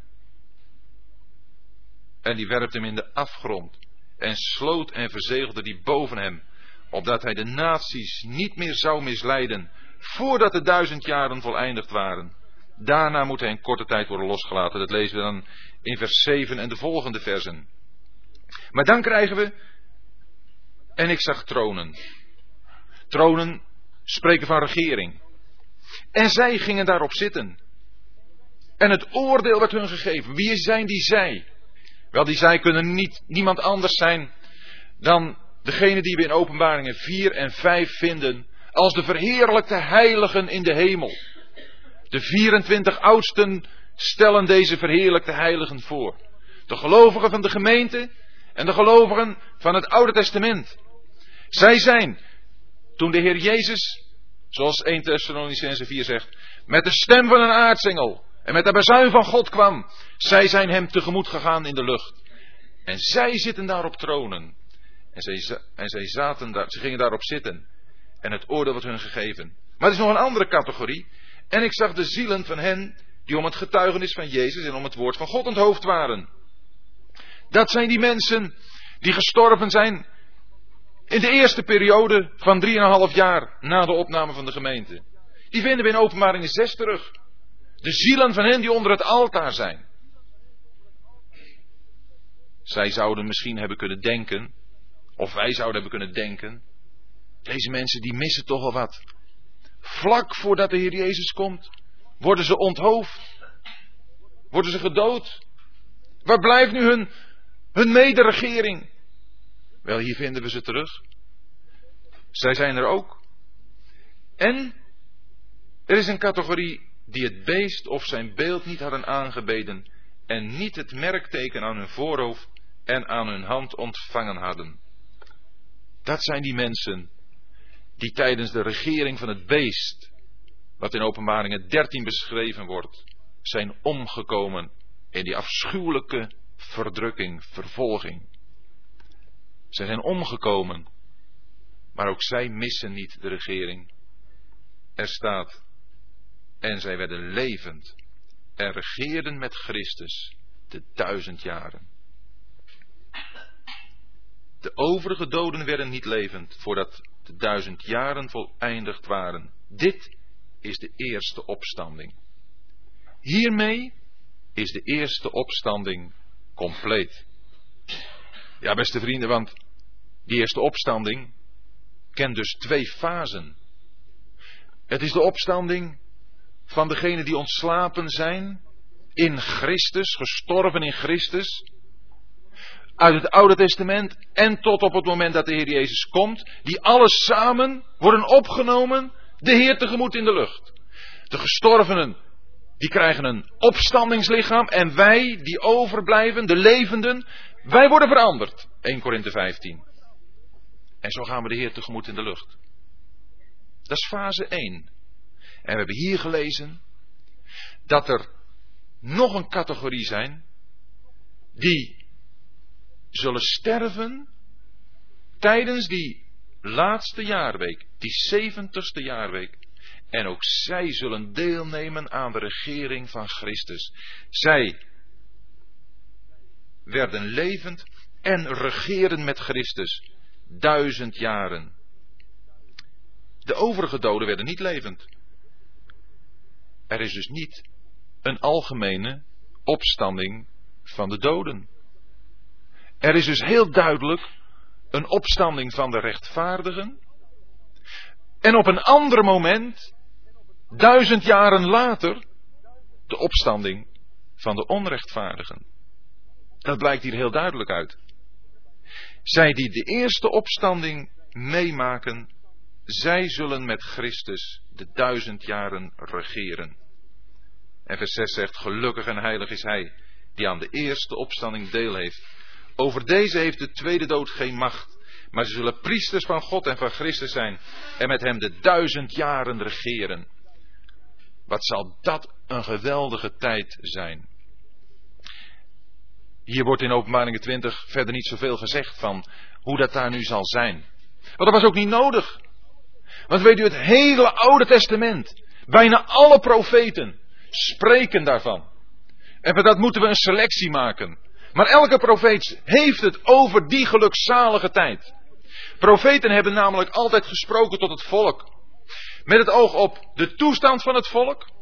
En die werpt hem in de afgrond. En sloot en verzegelde die boven hem. Opdat hij de naties niet meer zou misleiden. Voordat de 1000 jaren voleindigd waren. Daarna moet hij in korte tijd worden losgelaten. Dat lezen we dan in vers 7 en de volgende versen. Maar dan krijgen we. En ik zag tronen. Tronen spreken van regering. En zij gingen daarop zitten. En het oordeel werd hun gegeven. Wie zijn die zij? Wel, die zij kunnen niemand anders zijn dan degene die we in Openbaringen 4 en 5 vinden als de verheerlijkte heiligen in de hemel. De 24 oudsten stellen deze verheerlijkte heiligen voor. De gelovigen van de gemeente en de gelovigen van het Oude Testament. Zij zijn, toen de Heer Jezus, zoals 1 Thessalonicenzen 4 zegt, met de stem van een aartsengel en met de bazuin van God kwam, zij zijn hem tegemoet gegaan in de lucht. En zij zitten daar op tronen. En ze gingen daarop zitten. En het oordeel werd hun gegeven. Maar er is nog een andere categorie. En ik zag de zielen van hen die om het getuigenis van Jezus en om het woord van God onthoofd waren. Dat zijn die mensen die gestorven zijn in de eerste periode van 3,5 jaar na de opname van de gemeente. Die vinden we in Openbaringen 6 terug. De zielen van hen die onder het altaar zijn. Zij zouden misschien hebben kunnen denken, Of wij zouden hebben kunnen denken. Deze mensen die missen toch wel wat. Vlak voordat de Heer Jezus komt, worden ze onthoofd. Worden ze gedood. Waar blijft nu hun mederegering? Wel, hier vinden we ze terug. Zij zijn er ook. En er is een categorie die het beest of zijn beeld niet hadden aangebeden en niet het merkteken aan hun voorhoofd en aan hun hand ontvangen hadden. Dat zijn die mensen die tijdens de regering van het beest, wat in Openbaringen 13 beschreven wordt, zijn omgekomen in die afschuwelijke verdrukking, vervolging. Zij zijn omgekomen, maar ook zij missen niet de regering. Er staat, en zij werden levend en regeerden met Christus de 1000 jaren. De overige doden werden niet levend voordat de 1000 jaren voleindigd waren. Dit is de eerste opstanding. Hiermee is de eerste opstanding compleet. Ja, beste vrienden, want die eerste opstanding kent dus 2 fasen. Het is de opstanding van degenen die ontslapen zijn in Christus, gestorven in Christus, uit het Oude Testament en tot op het moment dat de Heer Jezus komt, die alles samen worden opgenomen, de Heer tegemoet in de lucht. De gestorvenen, die krijgen een opstandingslichaam en wij, die overblijven, de levenden, wij worden veranderd. 1 Korinthe 15. En zo gaan we de Heer tegemoet in de lucht. Dat is fase 1. En we hebben hier gelezen dat er nog een categorie zijn die zullen sterven tijdens die laatste jaarweek, die 70ste jaarweek. En ook zij zullen deelnemen aan de regering van Christus. Zij werden levend en regeren met Christus 1000 jaren. De overige doden werden niet levend. Er is dus niet een algemene opstanding van de doden. Er is dus heel duidelijk een opstanding van de rechtvaardigen. En op een ander moment, 1000 jaren later, de opstanding van de onrechtvaardigen. Dat blijkt hier heel duidelijk uit. Zij die de eerste opstanding meemaken, zij zullen met Christus de 1000 jaren regeren. En vers 6 zegt, gelukkig en heilig is hij die aan de eerste opstanding deel heeft. Over deze heeft de tweede dood geen macht, maar ze zullen priesters van God en van Christus zijn en met hem de 1000 jaren regeren. Wat zal dat een geweldige tijd zijn. Hier wordt in Openbaringen 20 verder niet zoveel gezegd van hoe dat daar nu zal zijn. Want dat was ook niet nodig. Want weet u, het hele Oude Testament, bijna alle profeten spreken daarvan. En voor dat moeten we een selectie maken. Maar elke profeet heeft het over die gelukzalige tijd. Profeten hebben namelijk altijd gesproken tot het volk. Met het oog op de toestand van het volk.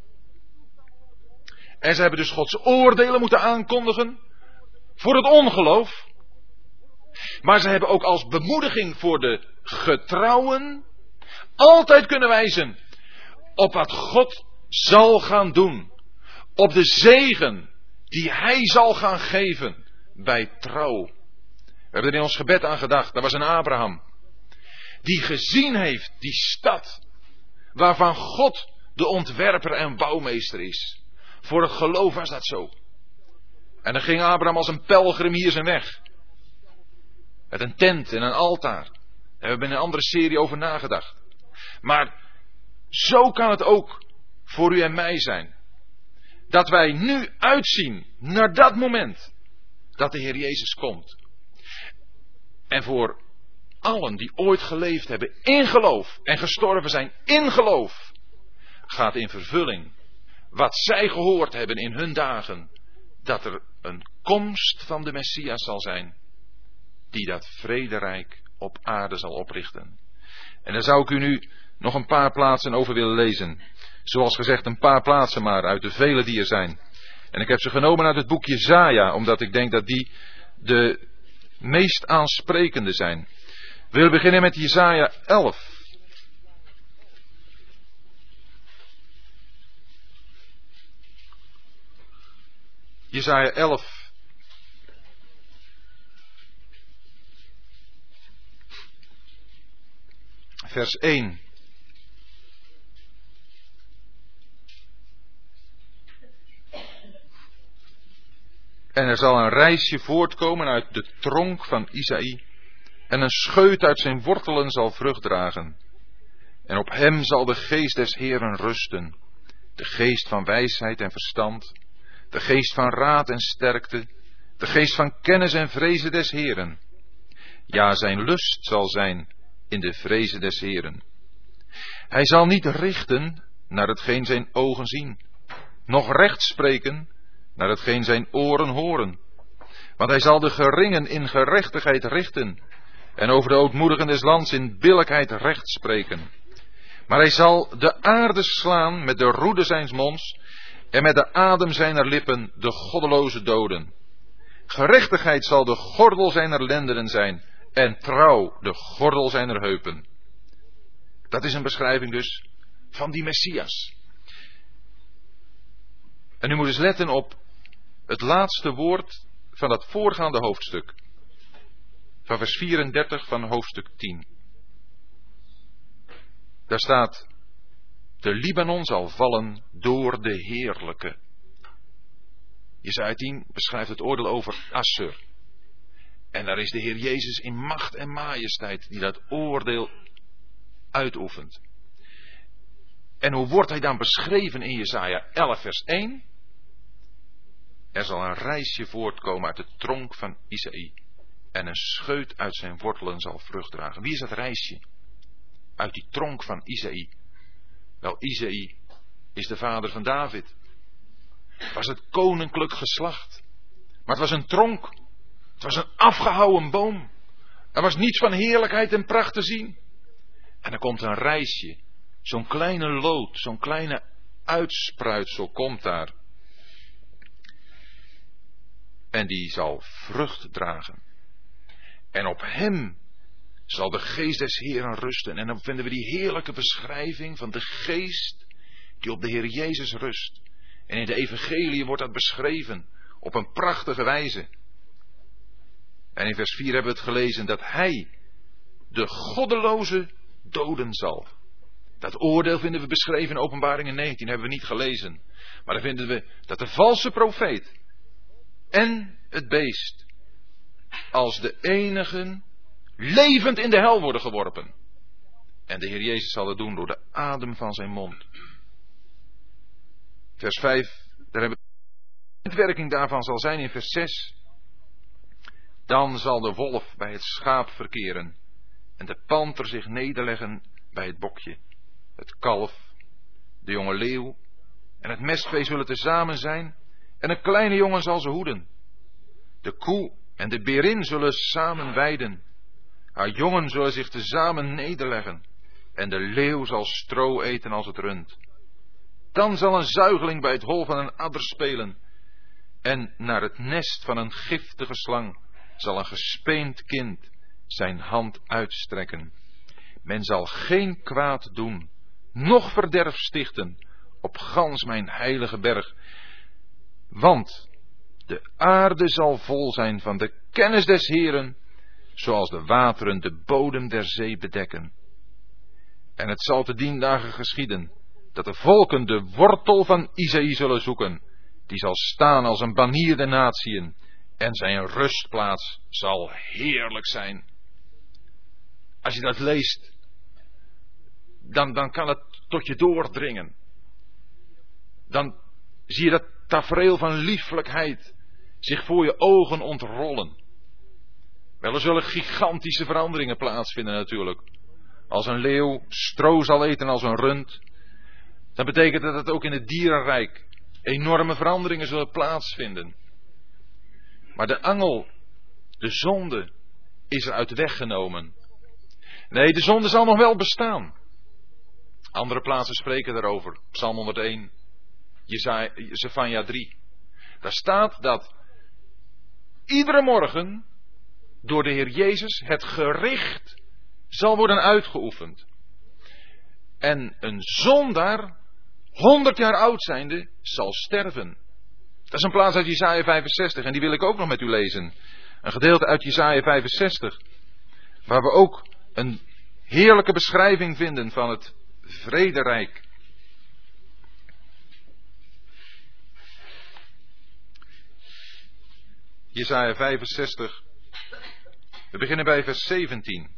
En ze hebben dus Gods oordelen moeten aankondigen voor het ongeloof. Maar ze hebben ook als bemoediging voor de getrouwen altijd kunnen wijzen op wat God zal gaan doen. Op de zegen die hij zal gaan geven bij trouw. We hebben er in ons gebed aan gedacht. Dat was een Abraham. Die gezien heeft die stad. Waarvan God de ontwerper en bouwmeester is. Voor het geloof was dat zo. En dan ging Abraham als een pelgrim hier zijn weg. Met een tent en een altaar. Daar hebben we in een andere serie over nagedacht. Maar zo kan het ook voor u en mij zijn. Dat wij nu uitzien naar dat moment dat de Heer Jezus komt. En voor allen die ooit geleefd hebben in geloof en gestorven zijn in geloof, gaat in vervulling wat zij gehoord hebben in hun dagen, dat er een komst van de Messias zal zijn, die dat vrederijk op aarde zal oprichten. En daar zou ik u nu nog een paar plaatsen over willen lezen. Zoals gezegd, een paar plaatsen maar uit de vele die er zijn. En ik heb ze genomen uit het boek Jesaja, omdat ik denk dat die de meest aansprekende zijn. We willen beginnen met Jesaja 11. Jesaja 11. Vers 1. En er zal een rijsje voortkomen uit de tronk van Isaïe, en een scheut uit zijn wortelen zal vrucht dragen. En op hem zal de geest des Heeren rusten, de geest van wijsheid en verstand, de geest van raad en sterkte, de geest van kennis en vrezen des Heeren. Ja, zijn lust zal zijn in de vrezen des Heeren. Hij zal niet richten naar hetgeen zijn ogen zien, noch recht spreken naar hetgeen zijn oren horen. Want hij zal de geringen in gerechtigheid richten, en over de ootmoedigen des lands in billijkheid recht spreken. Maar hij zal de aarde slaan met de roede zijns monds, en met de adem zijner lippen de goddeloze doden. Gerechtigheid zal de gordel zijner lendenen zijn, en trouw de gordel zijner heupen. Dat is een beschrijving dus van die Messias. En u moet eens letten op het laatste woord van dat voorgaande hoofdstuk. Van vers 34 van hoofdstuk 10. Daar staat: de Libanon zal vallen door de heerlijke. Jesaja 10 beschrijft het oordeel over Assur. En daar is de Heer Jezus in macht en majesteit die dat oordeel uitoefent. En hoe wordt hij dan beschreven in Jesaja 11 vers 1? Er zal een rijsje voortkomen uit de tronk van Isaïe, en een scheut uit zijn wortelen zal vrucht dragen. Wie is dat rijsje? Uit die tronk van Isaïe. Wel, Isaïe is de vader van David. Het was het koninklijk geslacht. Maar het was een tronk. Het was een afgehouwen boom. Er was niets van heerlijkheid en pracht te zien. En er komt een rijsje. Zo'n kleine loot, zo'n kleine uitspruitsel komt daar. En die zal vrucht dragen. En op hem zal de geest des Heeren rusten. En dan vinden we die heerlijke beschrijving van de geest die op de Heer Jezus rust. En in de evangelie wordt dat beschreven op een prachtige wijze. En in vers 4 hebben we het gelezen dat hij de goddeloze doden zal. Dat oordeel vinden we beschreven in Openbaringen 19, hebben we niet gelezen. Maar dan vinden we dat de valse profeet en het beest als de enigen levend in de hel worden geworpen. En de Heer Jezus zal het doen door de adem van zijn mond. Vers 5, daar hebben we de uitwerking daarvan zal zijn in vers 6. Dan zal de wolf bij het schaap verkeren en de panter zich nederleggen bij het bokje. Het kalf, de jonge leeuw en het mestvee zullen tezamen zijn en een kleine jongen zal ze hoeden. De koe en de berin zullen samen weiden. Haar jongen zullen zich tezamen nederleggen en de leeuw zal stro eten als het rund. Dan zal een zuigeling bij het hol van een adder spelen en naar het nest van een giftige slang zal een gespeend kind zijn hand uitstrekken. Men zal geen kwaad doen, noch verderf stichten op gans mijn heilige berg. Want de aarde zal vol zijn van de kennis des Heeren, zoals de wateren de bodem der zee bedekken. En het zal te dien dagen geschieden, dat de volken de wortel van Isaïe zullen zoeken, die zal staan als een banier der natieën, en zijn rustplaats zal heerlijk zijn. Als je dat leest, dan kan het tot je doordringen. Dan zie je dat tafereel van lieflijkheid zich voor je ogen ontrollen. Wel, er zullen gigantische veranderingen plaatsvinden natuurlijk. Als een leeuw stro zal eten als een rund, dan betekent dat het ook in het dierenrijk enorme veranderingen zullen plaatsvinden. Maar de angel, de zonde, is er uit de weg genomen. Nee, de zonde zal nog wel bestaan. Andere plaatsen spreken daarover. Psalm 101, Zefania 3. Daar staat dat iedere morgen door de Heer Jezus het gericht zal worden uitgeoefend. En een zondaar, 100 jaar oud zijnde, zal sterven. Dat is een plaats uit Jesaja 65 en die wil ik ook nog met u lezen. Een gedeelte uit Jesaja 65, waar we ook een heerlijke beschrijving vinden van het vrederijk. Jesaja 65, we beginnen bij vers 17.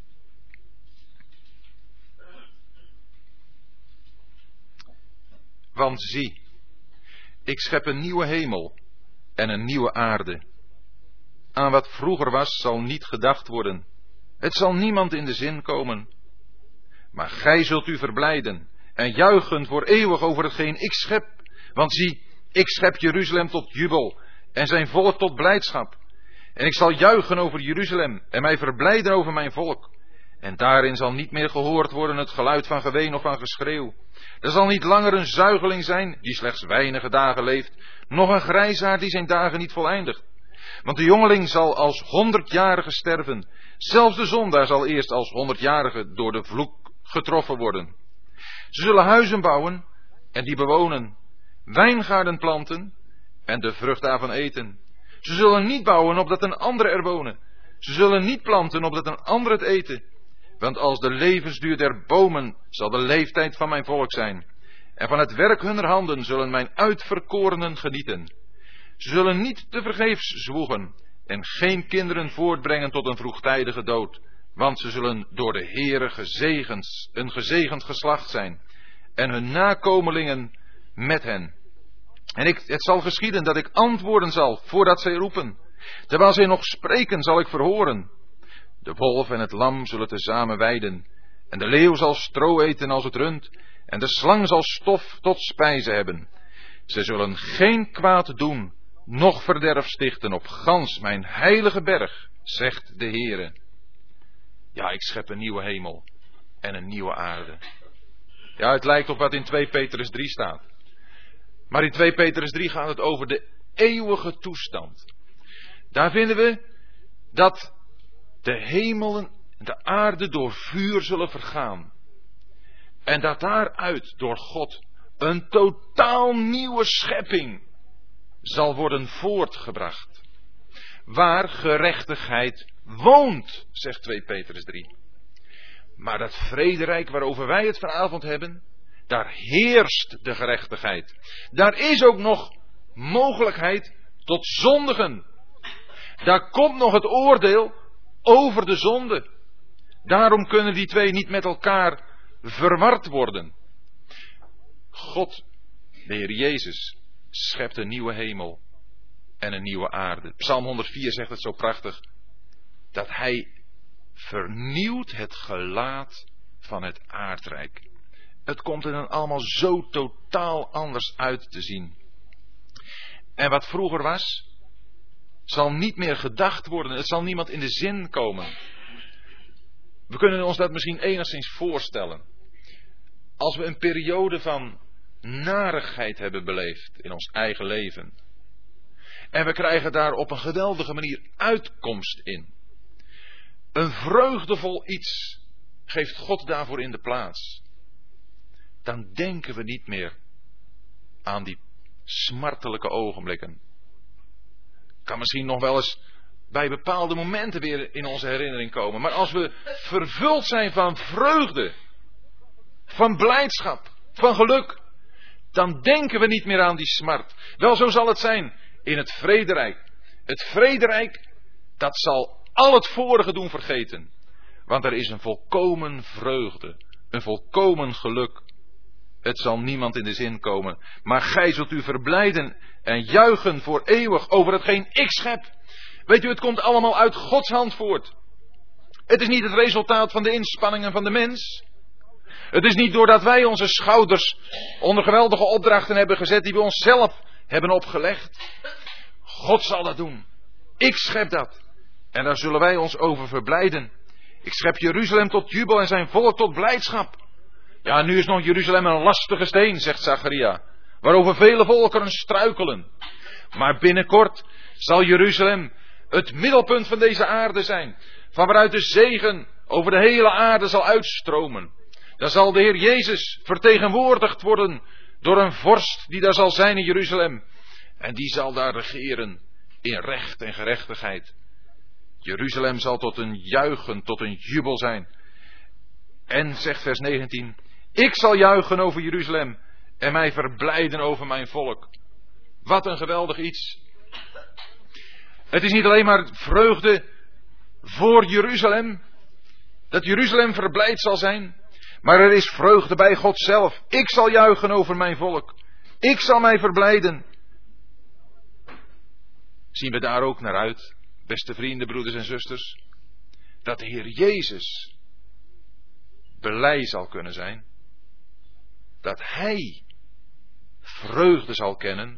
Want zie, ik schep een nieuwe hemel en een nieuwe aarde. Aan wat vroeger was zal niet gedacht worden. Het zal niemand in de zin komen. Maar gij zult u verblijden en juichen voor eeuwig over hetgeen ik schep. Want zie, ik schep Jeruzalem tot jubel en zijn volk tot blijdschap. En ik zal juichen over Jeruzalem en mij verblijden over mijn volk. En daarin zal niet meer gehoord worden het geluid van geween of van geschreeuw. Er zal niet langer een zuigeling zijn die slechts weinige dagen leeft, noch een grijsaard die zijn dagen niet voleindigt. Want de jongeling zal als 100-jarige sterven. Zelfs de zondaar zal eerst als 100-jarige door de vloek getroffen worden. Ze zullen huizen bouwen en die bewonen, wijngaarden planten en de vrucht daarvan eten. Ze zullen niet bouwen opdat een ander er wonen. Ze zullen niet planten opdat een ander het eten. Want als de levensduur der bomen zal de leeftijd van mijn volk zijn. En van het werk hunner handen zullen mijn uitverkorenen genieten. Ze zullen niet tevergeefs zwoegen en geen kinderen voortbrengen tot een vroegtijdige dood. Want ze zullen door de Heere een gezegend geslacht zijn. En hun nakomelingen met hen. En het zal geschieden dat ik antwoorden zal voordat zij roepen. Terwijl zij nog spreken zal ik verhoren. De wolf en het lam zullen tezamen weiden. En de leeuw zal stro eten als het rund. En de slang zal stof tot spijze hebben. Zij zullen geen kwaad doen, noch verderf stichten op gans mijn heilige berg, zegt de Heere. Ja, ik schep een nieuwe hemel en een nieuwe aarde. Ja, het lijkt op wat in 2 Petrus 3 staat. Maar in 2 Petrus 3 gaat het over de eeuwige toestand. Daar vinden we dat de hemelen en de aarde door vuur zullen vergaan. En dat daaruit door God een totaal nieuwe schepping zal worden voortgebracht. Waar gerechtigheid woont, zegt 2 Petrus 3. Maar dat vrederijk waarover wij het vanavond hebben, daar heerst de gerechtigheid. Daar is ook nog mogelijkheid tot zondigen. Daar komt nog het oordeel over de zonde. Daarom kunnen die twee niet met elkaar verward worden. God, de Heer Jezus, schept een nieuwe hemel en een nieuwe aarde. Psalm 104 zegt het zo prachtig, dat hij vernieuwt het gelaat van het aardrijk. Het komt er dan allemaal zo totaal anders uit te zien. En wat vroeger was, zal niet meer gedacht worden. Het zal niemand in de zin komen. We kunnen ons dat misschien enigszins voorstellen. Als we een periode van narigheid hebben beleefd in ons eigen leven. En we krijgen daar op een geweldige manier uitkomst in. Een vreugdevol iets geeft God daarvoor in de plaats. Dan denken we niet meer aan die smartelijke ogenblikken. Kan misschien nog wel eens bij bepaalde momenten weer in onze herinnering komen. Maar als we vervuld zijn van vreugde, van blijdschap, van geluk, dan denken we niet meer aan die smart. Wel, zo zal het zijn in het vrederijk. Het vrederijk, dat zal al het vorige doen vergeten. Want er is een volkomen vreugde, een volkomen geluk. Het zal niemand in de zin komen. Maar gij zult u verblijden en juichen voor eeuwig over hetgeen ik schep. Weet u, het komt allemaal uit Gods hand voort. Het is niet het resultaat van de inspanningen van de mens. Het is niet doordat wij onze schouders onder geweldige opdrachten hebben gezet die we onszelf hebben opgelegd. God zal dat doen. Ik schep dat. En daar zullen wij ons over verblijden. Ik schep Jeruzalem tot jubel en zijn volk tot blijdschap. Ja, nu is nog Jeruzalem een lastige steen, zegt Zacharia, waarover vele volkeren struikelen. Maar binnenkort zal Jeruzalem het middelpunt van deze aarde zijn, van waaruit de zegen over de hele aarde zal uitstromen. Dan zal de Heer Jezus vertegenwoordigd worden door een vorst die daar zal zijn in Jeruzalem. En die zal daar regeren in recht en gerechtigheid. Jeruzalem zal tot een juichen, tot een jubel zijn. En, zegt vers 19, ik zal juichen over Jeruzalem en mij verblijden over mijn volk. Wat een geweldig iets. Het is niet alleen maar vreugde voor Jeruzalem, dat Jeruzalem verblijd zal zijn, maar er is vreugde bij God zelf. Ik zal juichen over mijn volk. Ik zal mij verblijden. Zien we daar ook naar uit, beste vrienden, broeders en zusters, dat de Heer Jezus blij zal kunnen zijn, dat Hij vreugde zal kennen.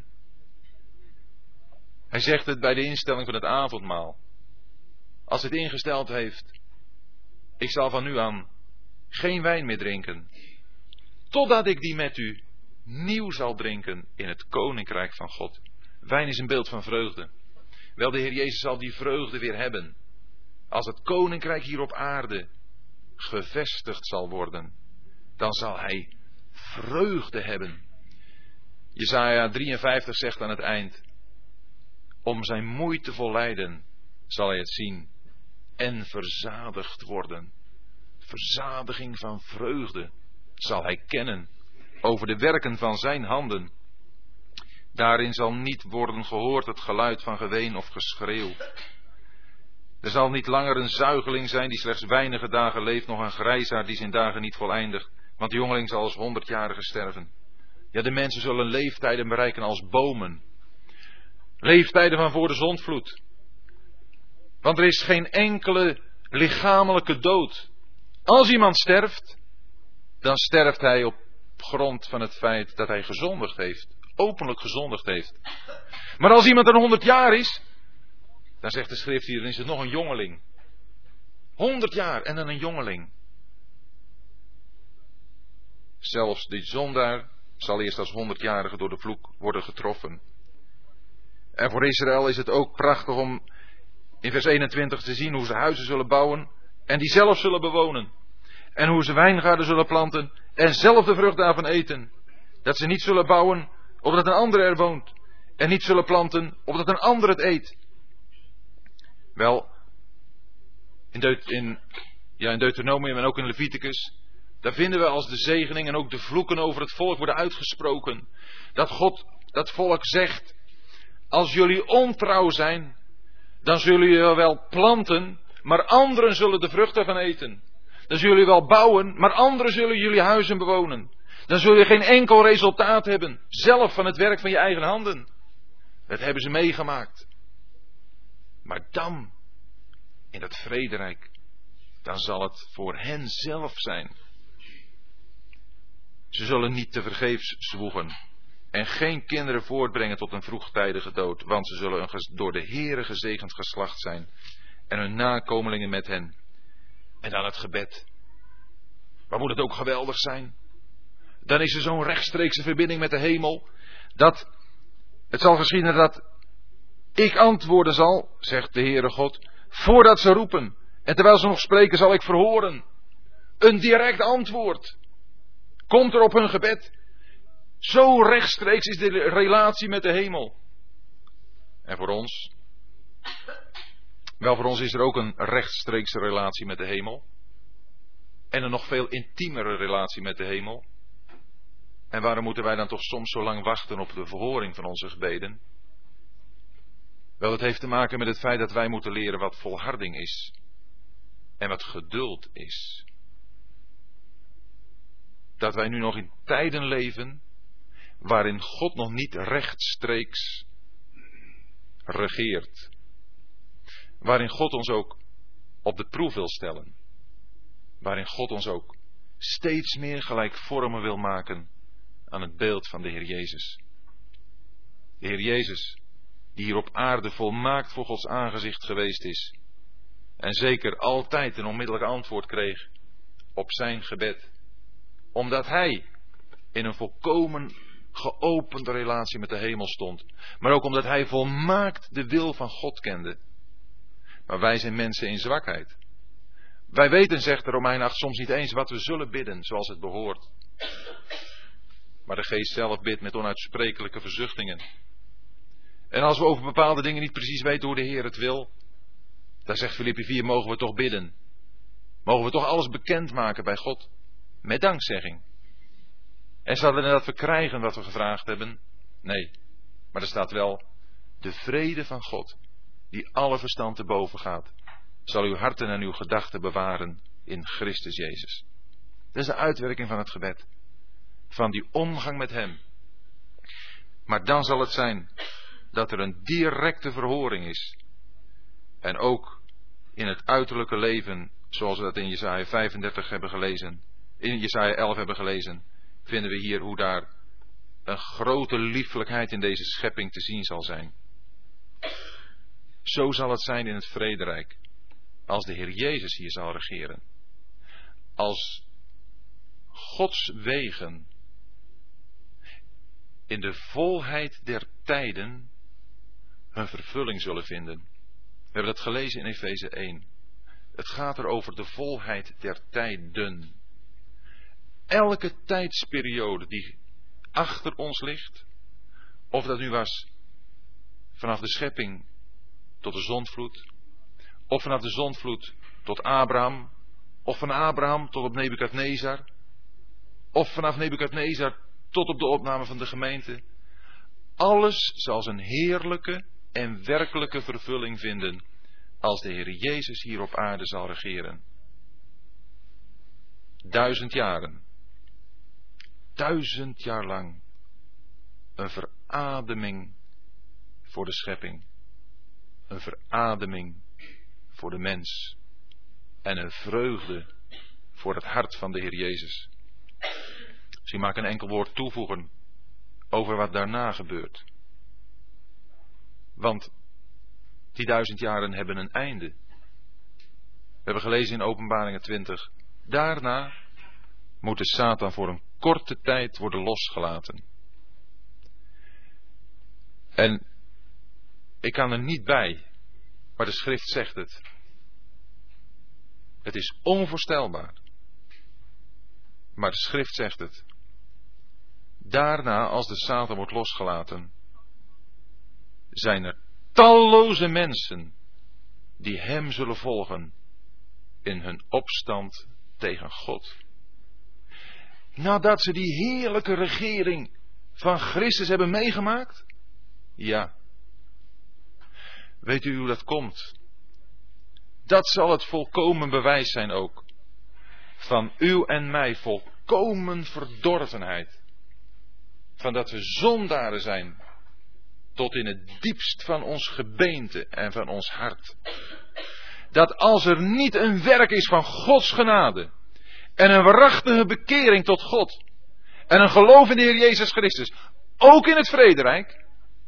Hij zegt het bij de instelling van het avondmaal. Als het ingesteld heeft, ik zal van nu aan geen wijn meer drinken, totdat ik die met u nieuw zal drinken in het koninkrijk van God. Wijn is een beeld van vreugde. Wel, de Heer Jezus zal die vreugde weer hebben, als het koninkrijk hier op aarde gevestigd zal worden. Dan zal Hij vreugde hebben. Jesaja 53 zegt aan het eind, om zijn moeitevol lijden zal hij het zien en verzadigd worden. Verzadiging van vreugde zal hij kennen over de werken van zijn handen. Daarin zal niet worden gehoord het geluid van geween of geschreeuw. Er zal niet langer een zuigeling zijn die slechts weinige dagen leeft, nog een grijsaard die zijn dagen niet voleindigt, want de jongeling zal als 100-jarige sterven. Ja, de mensen zullen leeftijden bereiken als bomen. Leeftijden van voor de zondvloed. Want er is geen enkele lichamelijke dood. Als iemand sterft, dan sterft hij op grond van het feit dat hij gezondigd heeft. Openlijk gezondigd heeft. Maar als iemand dan 100 jaar is, dan zegt de schrift hier, dan is het nog een jongeling. 100 jaar en dan een jongeling. Zelfs die zondaar zal eerst als 100-jarige door de vloek worden getroffen. En voor Israël is het ook prachtig om in vers 21 te zien hoe ze huizen zullen bouwen en die zelf zullen bewonen. En hoe ze wijngaarden zullen planten en zelf de vrucht daarvan eten. Dat ze niet zullen bouwen opdat een ander er woont. En niet zullen planten opdat een ander het eet. Wel, in Deuteronomium en ook in Leviticus, daar vinden we als de zegening en ook de vloeken over het volk worden uitgesproken. Dat God, dat volk zegt, als jullie ontrouw zijn, dan zullen jullie wel planten, maar anderen zullen de vrucht ervan eten. Dan zullen jullie wel bouwen, maar anderen zullen jullie huizen bewonen. Dan zul je geen enkel resultaat hebben, zelf van het werk van je eigen handen. Dat hebben ze meegemaakt. Maar dan, in dat vrederijk, dan zal het voor hen zelf zijn. Ze zullen niet tevergeefs zwoegen en geen kinderen voortbrengen tot een vroegtijdige dood, want ze zullen een door de Heere gezegend geslacht zijn en hun nakomelingen met hen. En dan het gebed. Waar moet het ook geweldig zijn? Dan is er zo'n rechtstreekse verbinding met de hemel, dat het zal geschieden dat ik antwoorden zal, zegt de Heere God, voordat ze roepen. En terwijl ze nog spreken zal ik verhoren. Een direct antwoord komt er op hun gebed. Zo rechtstreeks is de relatie met de hemel. En voor ons? Wel, voor ons is er ook een rechtstreekse relatie met de hemel. En een nog veel intiemere relatie met de hemel. En waarom moeten wij dan toch soms zo lang wachten op de verhoring van onze gebeden? Wel, het heeft te maken met het feit dat wij moeten leren wat volharding is. En wat geduld is. Dat wij nu nog in tijden leven waarin God nog niet rechtstreeks regeert. Waarin God ons ook op de proef wil stellen. Waarin God ons ook steeds meer gelijkvormig wil maken aan het beeld van de Heer Jezus. De Heer Jezus, die hier op aarde volmaakt voor Gods aangezicht geweest is. En zeker altijd een onmiddellijk antwoord kreeg op zijn gebed. Omdat hij in een volkomen geopende relatie met de hemel stond. Maar ook omdat hij volmaakt de wil van God kende. Maar wij zijn mensen in zwakheid. Wij weten, zegt de Romeinen 8, soms niet eens wat we zullen bidden zoals het behoort. Maar de Geest zelf bidt met onuitsprekelijke verzuchtingen. En als we over bepaalde dingen niet precies weten hoe de Heer het wil, dan zegt Filippi 4, mogen we toch bidden. Mogen we toch alles bekendmaken bij God. Met dankzegging. En staat er dat we krijgen wat we gevraagd hebben? Nee. Maar er staat wel, de vrede van God, die alle verstand te boven gaat, zal uw harten en uw gedachten bewaren in Christus Jezus. Dat is de uitwerking van het gebed. Van die omgang met Hem. Maar dan zal het zijn dat er een directe verhoring is. En ook in het uiterlijke leven, zoals we dat in Jesaja 35 hebben gelezen, in Jesaja 11 hebben gelezen, vinden we hier hoe daar een grote liefelijkheid in deze schepping te zien zal zijn. Zo zal het zijn in het vrederijk, als de Heer Jezus hier zal regeren. Als Gods wegen in de volheid der tijden hun vervulling zullen vinden. We hebben dat gelezen in Efeze 1. Het gaat er over de volheid der tijden. Elke tijdsperiode die achter ons ligt, of dat nu was vanaf de schepping tot de zondvloed, of vanaf de zondvloed tot Abraham, of van Abraham tot op Nebukadnezar, of vanaf Nebukadnezar tot op de opname van de gemeente. Alles zal zijn heerlijke en werkelijke vervulling vinden als de Heer Jezus hier op aarde zal regeren. 1000 jaren. 1000 jaar lang. Een verademing voor de schepping. Een verademing voor de mens. En een vreugde voor het hart van de Heer Jezus. Misschien mag ik een enkel woord toevoegen over wat daarna gebeurt. Want die 1000 jaren hebben een einde. We hebben gelezen in Openbaringen 20. Daarna moet de Satan voor een korte tijd worden losgelaten. En ik kan er niet bij, maar de schrift zegt het. Het is onvoorstelbaar. Maar de schrift zegt het. Daarna, als de Satan wordt losgelaten, zijn er talloze mensen die hem zullen volgen in hun opstand tegen God. Nadat ze die heerlijke regering van Christus hebben meegemaakt? Ja. Weet u hoe dat komt? Dat zal het volkomen bewijs zijn ook van uw en mij volkomen verdorvenheid. Van dat we zondaren zijn tot in het diepst van ons gebeente en van ons hart. Dat als er niet een werk is van Gods genade en een waarachtige bekering tot God en een geloof in de Heer Jezus Christus, ook in het vrederijk,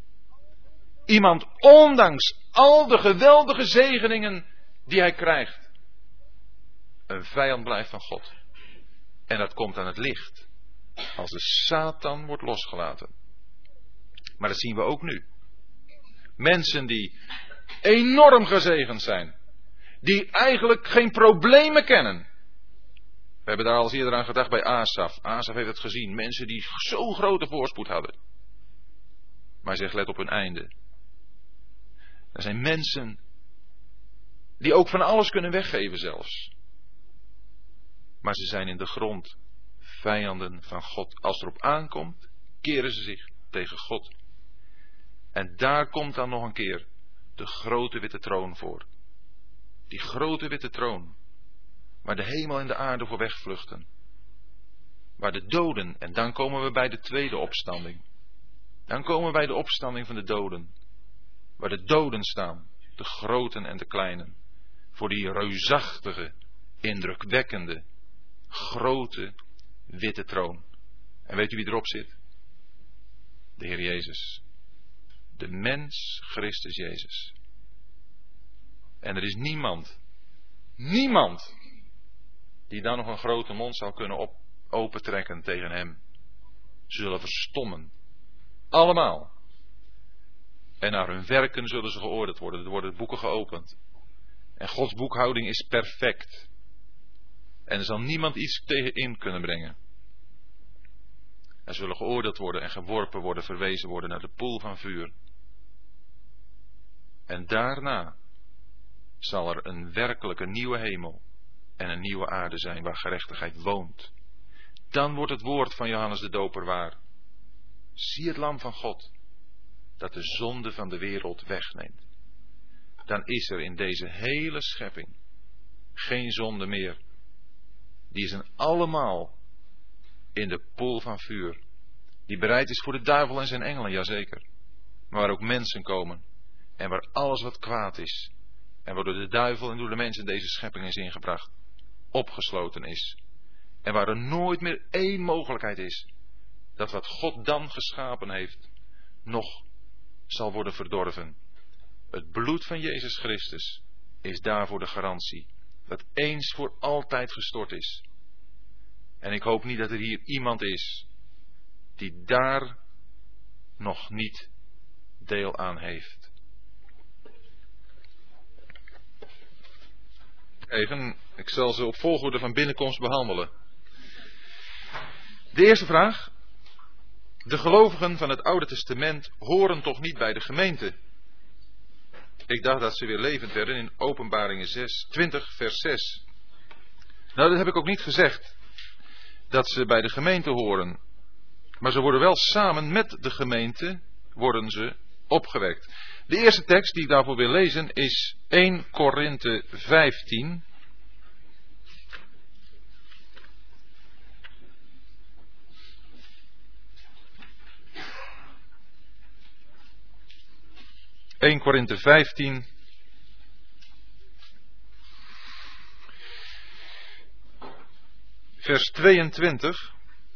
iemand ondanks al de geweldige zegeningen die hij krijgt, een vijand blijft van God. En dat komt aan het licht als de Satan wordt losgelaten. Maar dat zien we ook nu. Mensen die enorm gezegend zijn. Die eigenlijk geen problemen kennen. We hebben daar al eens eerder aan gedacht bij Asaf. Asaf heeft het gezien. Mensen die zo'n grote voorspoed hadden. Maar hij zegt, let op hun einde. Er zijn mensen die ook van alles kunnen weggeven zelfs. Maar ze zijn in de grond vijanden van God. Als het erop aankomt, keren ze zich tegen God. En daar komt dan nog een keer de grote witte troon voor. Die grote witte troon, waar de hemel en de aarde voor wegvluchten. Waar de doden, en dan komen we bij de tweede opstanding. Dan komen we bij de opstanding van de doden. Waar de doden staan, de groten en de kleinen. Voor die reusachtige, indrukwekkende, grote witte troon. En weet u wie erop zit? De Heer Jezus. De mens Christus Jezus. En er is niemand, die dan nog een grote mond zal kunnen opentrekken tegen hem. Ze zullen verstommen. Allemaal. En naar hun werken zullen ze geoordeeld worden. Er worden boeken geopend. En Gods boekhouding is perfect. En er zal niemand iets tegen in kunnen brengen. Er zullen geoordeeld worden en geworpen worden, verwezen worden naar de poel van vuur. En daarna zal er een werkelijke nieuwe hemel en een nieuwe aarde zijn waar gerechtigheid woont. Dan wordt het woord van Johannes de Doper waar. Zie het lam van God, dat de zonde van de wereld wegneemt. Dan is er in deze hele schepping geen zonde meer. Die zijn allemaal in de poel van vuur. Die bereid is voor de duivel en zijn engelen, jazeker. Maar waar ook mensen komen. En waar alles wat kwaad is. En waar door de duivel en door de mensen in deze schepping is ingebracht. Opgesloten is. En waar er nooit meer één mogelijkheid is. Dat wat God dan geschapen heeft. Nog zal worden verdorven. Het bloed van Jezus Christus is daarvoor de garantie. Dat eens voor altijd gestort is. En ik hoop niet dat er hier iemand is die daar nog niet deel aan heeft. Even, ik zal ze op volgorde van binnenkomst behandelen. De eerste vraag. De gelovigen van het Oude Testament horen toch niet bij de gemeente? Ik dacht dat ze weer levend werden in Openbaringen 20 vers 6. Nou, dat heb ik ook niet gezegd. Dat ze bij de gemeente horen. Maar ze worden wel samen met de gemeente worden ze opgewekt. De eerste tekst die ik daarvoor wil lezen is 1 Korinthe 15. ...1 Korinthe 15... vers 22...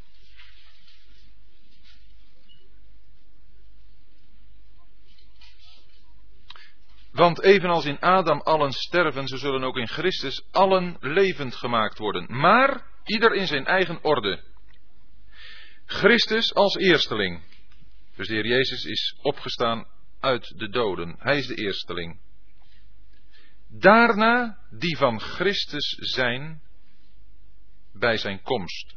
Want evenals in Adam allen sterven, zo zullen ook in Christus allen levend gemaakt worden. Maar ieder in zijn eigen orde. Christus als eersteling. Dus de Heer Jezus is opgestaan uit de doden. Hij is de eersteling. Daarna die van Christus zijn bij zijn komst.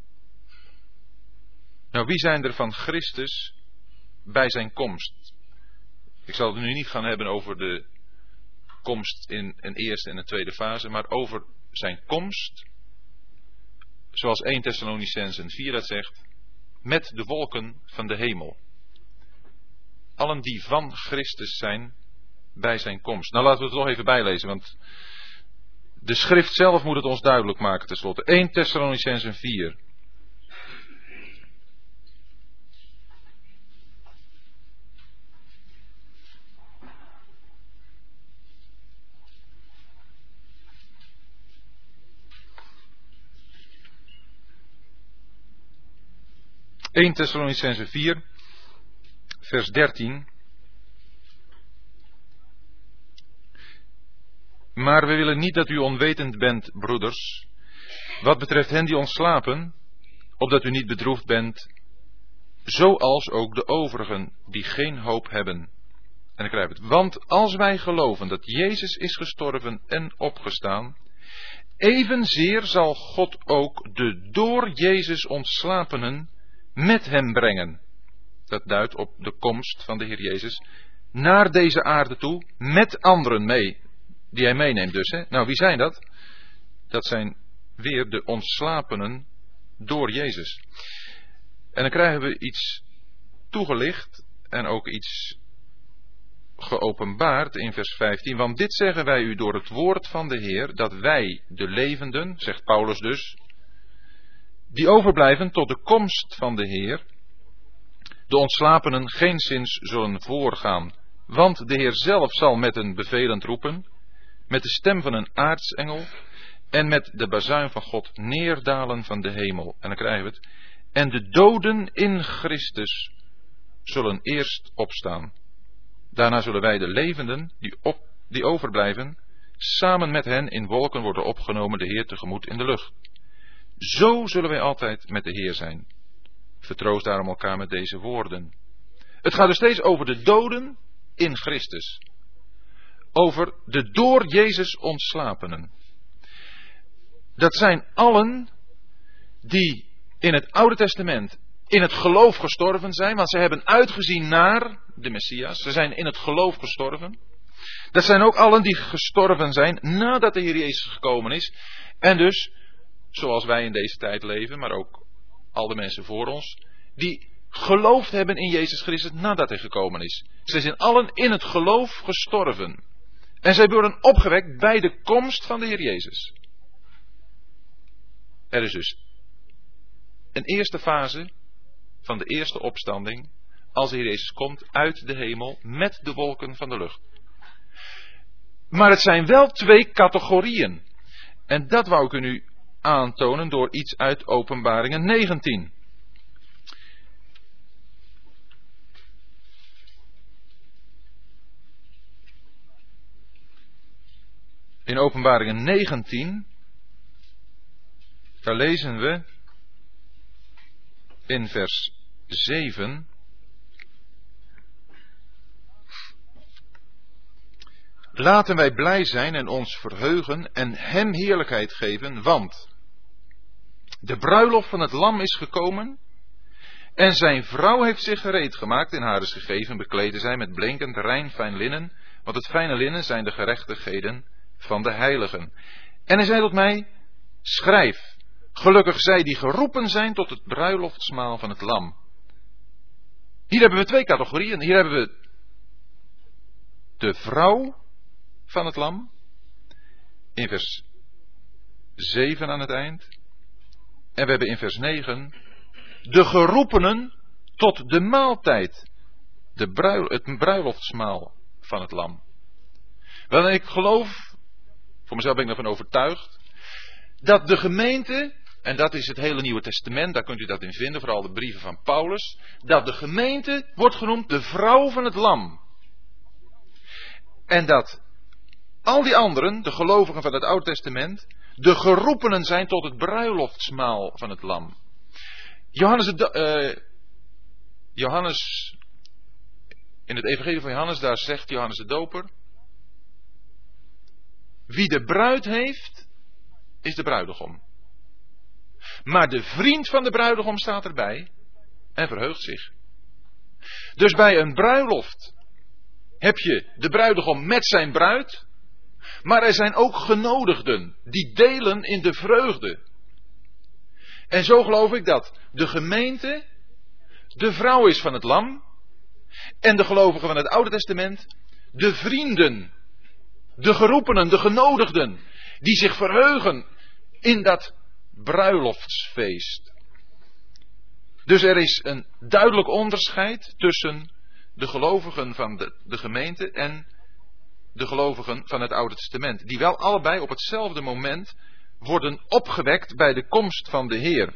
Nou, wie zijn er van Christus bij zijn komst? Ik zal het nu niet gaan hebben over de komst in een eerste en een tweede fase, maar over zijn komst, zoals 1 Thessalonicenzen 4 dat zegt, met de wolken van de hemel. Allen die van Christus zijn bij zijn komst. Nou, laten we het toch even bijlezen, want de schrift zelf moet het ons duidelijk maken tenslotte. 1 Thessalonicenzen 4. ...1 Thessalonicenzen 4, vers 13... Maar we willen niet dat u onwetend bent, broeders, wat betreft hen die ontslapen, opdat u niet bedroefd bent, zoals ook de overigen die geen hoop hebben. En ik schrijf het, want als wij geloven dat Jezus is gestorven en opgestaan, evenzeer zal God ook de door Jezus ontslapenen met hem brengen. Dat duidt op de komst van de Heer Jezus naar deze aarde toe, met anderen mee. Die hij meeneemt dus. Hè? Nou, wie zijn dat? Dat zijn weer de ontslapenen door Jezus. En dan krijgen we iets toegelicht en ook iets geopenbaard in vers 15. Want dit zeggen wij u door het woord van de Heer, dat wij de levenden, zegt Paulus dus, die overblijven tot de komst van de Heer, de ontslapenen geenszins zullen voorgaan. Want de Heer zelf zal met een bevelend roepen, met de stem van een aartsengel en met de bazuin van God neerdalen van de hemel. En dan krijgen we het. En de doden in Christus zullen eerst opstaan. Daarna zullen wij de levenden die overblijven, samen met hen in wolken worden opgenomen de Heer tegemoet in de lucht. Zo zullen wij altijd met de Heer zijn. Vertroost daarom elkaar met deze woorden. Het gaat dus steeds over de doden in Christus. Over de door Jezus ontslapenen. dat zijn allen die in het Oude Testament in het geloof gestorven zijn, want ze hebben uitgezien naar de Messias. Ze zijn in het geloof gestorven. Dat zijn ook allen die gestorven zijn nadat de Heer Jezus gekomen is. En dus, zoals wij in deze tijd leven, maar ook al de mensen voor ons, die geloofd hebben in Jezus Christus nadat hij gekomen is. Ze zijn allen in het geloof gestorven. En zij worden opgewekt bij de komst van de Heer Jezus. Er is dus een eerste fase van de eerste opstanding, als de Heer Jezus komt uit de hemel met de wolken van de lucht. Maar het zijn wel twee categorieën. En dat wou ik u nu aantonen door iets uit Openbaringen 19. In Openbaringen 19, daar lezen we in vers 7. Laten wij blij zijn en ons verheugen en hem heerlijkheid geven, want de bruiloft van het lam is gekomen en zijn vrouw heeft zich gereed gemaakt en haar is gegeven bekleden zij met blinkend rein fijn linnen, want het fijne linnen zijn de gerechtigheden van de heiligen. En hij zei tot mij, schrijf, gelukkig zij die geroepen zijn tot het bruiloftsmaal van het lam. Hier hebben we twee categorieën. Hier hebben we de vrouw van het lam, in vers 7 aan het eind. En we hebben in vers 9 de geroepenen tot de maaltijd, het bruiloftsmaal van het lam. Wel, en ik geloof, voor mezelf ben ik ervan overtuigd, dat de gemeente, en dat is het hele Nieuwe Testament, daar kunt u dat in vinden, vooral de brieven van Paulus, dat de gemeente wordt genoemd de vrouw van het lam. En dat al die anderen, de gelovigen van het Oude Testament, de geroepenen zijn tot het bruiloftsmaal van het lam. Johannes, in het evangelie van Johannes, daar zegt Johannes de Doper, wie de bruid heeft, is de bruidegom. Maar de vriend van de bruidegom staat erbij en verheugt zich. Dus bij een bruiloft heb je de bruidegom met zijn bruid, maar er zijn ook genodigden die delen in de vreugde. En zo geloof ik dat de gemeente de vrouw is van het lam en de gelovigen van het Oude Testament de vrienden, de geroepenen, de genodigden, die zich verheugen in dat bruiloftsfeest. Dus er is een duidelijk onderscheid tussen de gelovigen van de gemeente en de gelovigen van het Oude Testament, die wel allebei op hetzelfde moment worden opgewekt bij de komst van de Heer.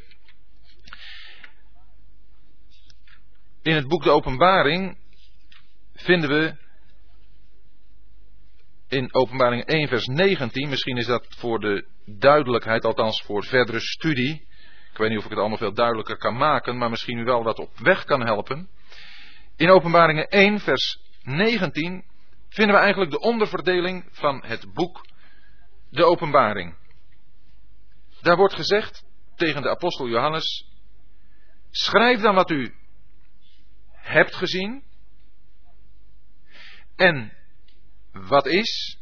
In het boek De Openbaring vinden we in Openbaring 1 vers 19, misschien is dat voor de duidelijkheid, althans voor verdere studie, ik weet niet of ik het allemaal veel duidelijker kan maken, maar misschien u wel wat op weg kan helpen. In Openbaringen 1 vers 19 vinden we eigenlijk de onderverdeling van het boek De Openbaring. Daar wordt gezegd tegen de apostel Johannes, schrijf dan wat u hebt gezien en wat is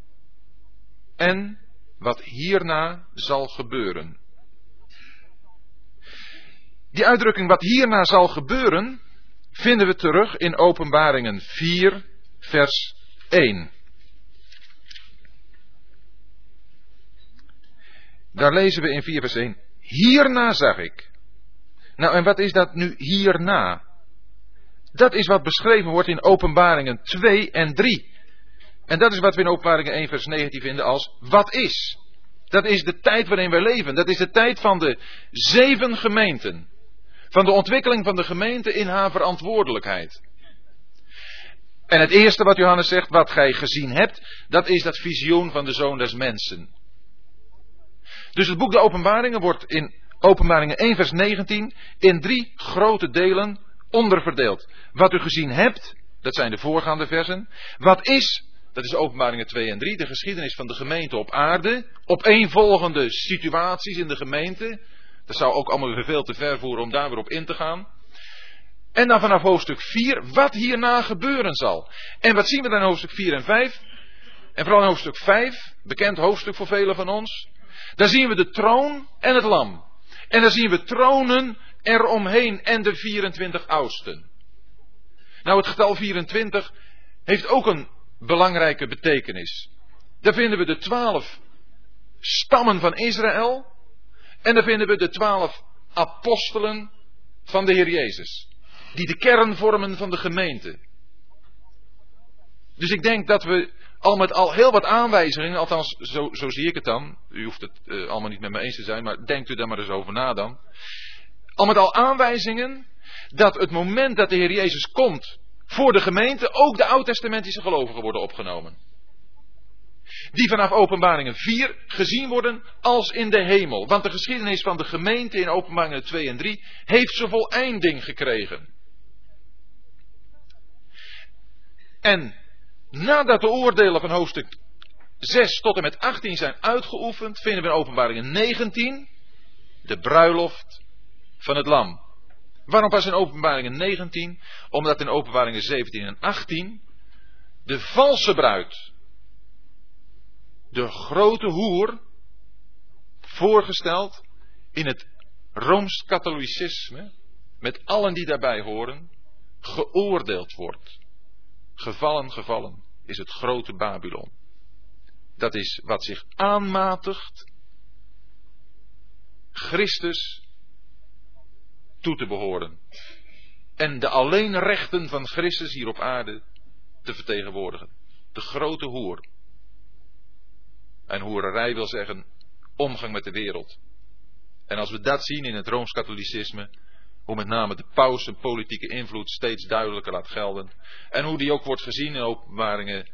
en wat hierna zal gebeuren. Die uitdrukking wat hierna zal gebeuren vinden we terug in Openbaringen 4 vers 1. Daar lezen we in 4 vers 1. Hierna zag ik. Nou, en wat is dat nu hierna? Dat is wat beschreven wordt in Openbaringen 2 en 3. En dat is wat we in Openbaringen 1 vers 19 vinden als wat is. Dat is de tijd waarin wij leven. Dat is de tijd van de 7 gemeenten. Van de ontwikkeling van de gemeente in haar verantwoordelijkheid. En het eerste wat Johannes zegt, wat gij gezien hebt, dat is dat visioen van de Zoon des Mensen. Dus het boek De Openbaringen wordt in Openbaringen 1 vers 19 in 3 grote delen onderverdeeld. Wat u gezien hebt, dat zijn de voorgaande versen. Wat is, Dat is Openbaringen 2 en 3. De geschiedenis van de gemeente op aarde. Opeenvolgende situaties in de gemeente. Dat zou ook allemaal weer veel te ver voeren om daar weer op in te gaan. En dan vanaf hoofdstuk 4 wat hierna gebeuren zal. En wat zien we dan in hoofdstuk 4 en 5? En vooral in hoofdstuk 5, bekend hoofdstuk voor velen van ons. Daar zien we de troon en het lam. En daar zien we tronen eromheen en de 24 oudsten. Nou, het getal 24 heeft ook een belangrijke betekenis. Daar vinden we de 12 stammen van Israël. En daar vinden we de 12 apostelen van de Heer Jezus. Die de kern vormen van de gemeente. Dus ik denk dat we al met al heel wat aanwijzingen, althans zo zie ik het dan. U hoeft het allemaal niet met me eens te zijn, maar denkt u daar maar eens over na dan. Al met al aanwijzingen dat het moment dat de Heer Jezus komt voor de gemeente ook de oud-testamentische gelovigen worden opgenomen. Die vanaf Openbaringen 4 gezien worden als in de hemel. Want de geschiedenis van de gemeente in Openbaringen 2 en 3 heeft zijn voleinding gekregen. En nadat de oordelen van hoofdstuk 6 tot en met 18 zijn uitgeoefend, vinden we in Openbaringen 19 de bruiloft van het lam. Waarom pas in Openbaringen 19? Omdat in Openbaringen 17 en 18 de valse bruid, de grote hoer, voorgesteld in het Rooms-katholicisme, met allen die daarbij horen, geoordeeld wordt. Gevallen is het grote Babylon. Dat is wat zich aanmatigt Christus toe te behoren. En de alleenrechten van Christus hier op aarde te vertegenwoordigen. De grote hoer. En hoererij wil zeggen omgang met de wereld. En als we dat zien in het Rooms-katholicisme, hoe met name de paus zijn politieke invloed steeds duidelijker laat gelden. En hoe die ook wordt gezien in Openbaringen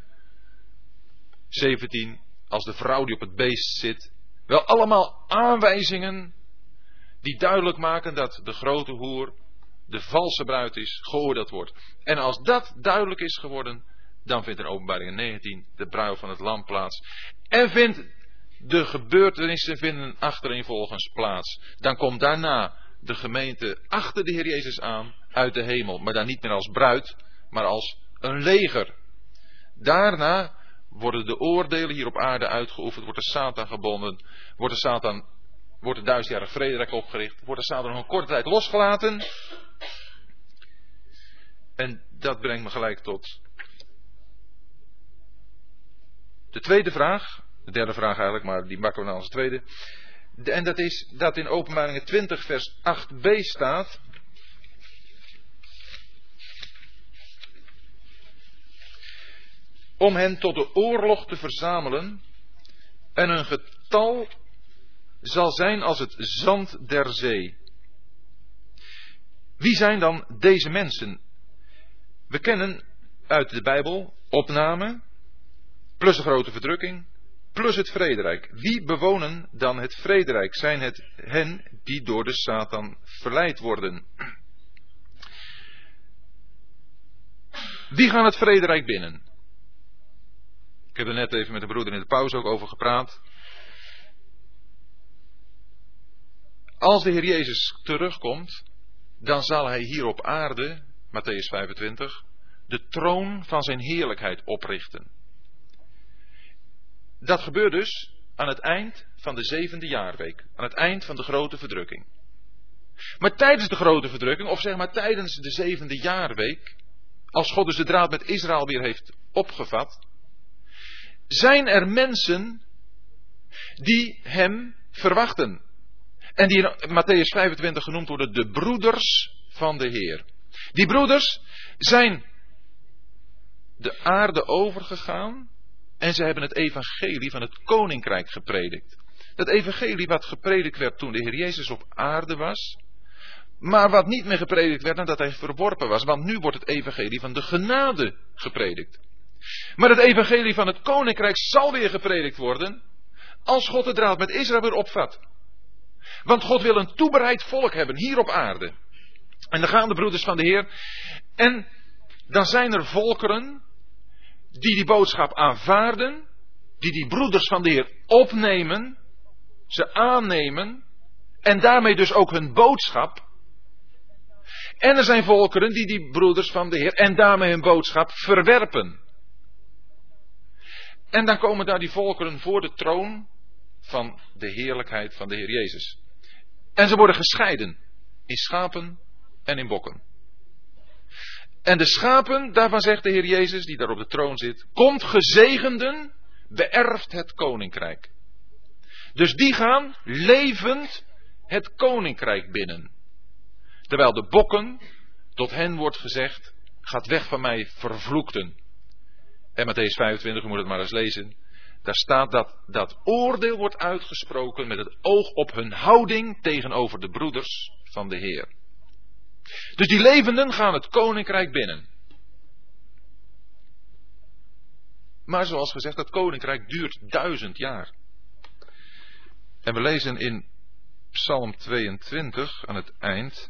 17 als de vrouw die op het beest zit. Wel allemaal aanwijzingen die duidelijk maken dat de grote hoer, de valse bruid is, geoordeeld wordt. En als dat duidelijk is geworden, dan vindt in Openbaringen 19 de bruiloft van het lam plaats. En vindt de gebeurtenissen vinden achtereenvolgens plaats. Dan komt daarna de gemeente achter de Heer Jezus aan uit de hemel. Maar dan niet meer als bruid, maar als een leger. Daarna worden de oordelen hier op aarde uitgeoefend. Wordt de Satan gebonden. Wordt de 1000-jarig vrederijk opgericht. Wordt de Satan nog een korte tijd losgelaten. En dat brengt me gelijk tot de tweede vraag. De derde vraag eigenlijk, maar die maken we nou als tweede. En dat is dat in Openbaringen 20 vers 8b staat. Om hen tot de oorlog te verzamelen. En hun getal zal zijn als het zand der zee. Wie zijn dan deze mensen? We kennen uit de Bijbel opname, plus de grote verdrukking, plus het vrederijk. Wie bewonen dan het vrederijk? Zijn het hen die door de Satan verleid worden? Wie gaan het vrederijk binnen? Ik heb er net even met de broeder in de pauze ook over gepraat. Als de Heer Jezus terugkomt, dan zal hij hier op aarde, Mattheüs 25, de troon van zijn heerlijkheid oprichten. Dat gebeurt dus aan het eind van de 7e jaarweek. Aan het eind van de grote verdrukking. Maar tijdens de grote verdrukking, of zeg maar tijdens de 7e jaarweek, als God dus de draad met Israël weer heeft opgevat, zijn er mensen die hem verwachten. En die in Mattheüs 25 genoemd worden de broeders van de Heer. Die broeders zijn de aarde overgegaan en ze hebben het evangelie van het koninkrijk gepredikt. Dat evangelie wat gepredikt werd toen de Heer Jezus op aarde was, maar wat niet meer gepredikt werd nadat hij verworpen was, want nu wordt het evangelie van de genade gepredikt. Maar het evangelie van het koninkrijk zal weer gepredikt worden als God de draad met Israël weer opvat. Want God wil een toebereid volk hebben hier op aarde. En dan gaan de broeders van de Heer. En dan zijn er volkeren die boodschap aanvaarden, die broeders van de Heer opnemen, ze aannemen en daarmee dus ook hun boodschap. En er zijn volkeren die broeders van de Heer en daarmee hun boodschap verwerpen. En dan komen daar die volkeren voor de troon van de heerlijkheid van de Heer Jezus. En ze worden gescheiden in schapen en in bokken. En de schapen, daarvan zegt de Heer Jezus, die daar op de troon zit, komt gezegenden, beërft het koninkrijk. Dus die gaan levend het koninkrijk binnen. Terwijl de bokken, tot hen wordt gezegd, gaat weg van mij vervloekten. En Mattheüs 25, u moet het maar eens lezen. Daar staat dat oordeel wordt uitgesproken met het oog op hun houding tegenover de broeders van de Heer. Dus die levenden gaan het koninkrijk binnen. Maar zoals gezegd, dat koninkrijk duurt 1000 jaar. En we lezen in Psalm 22 aan het eind.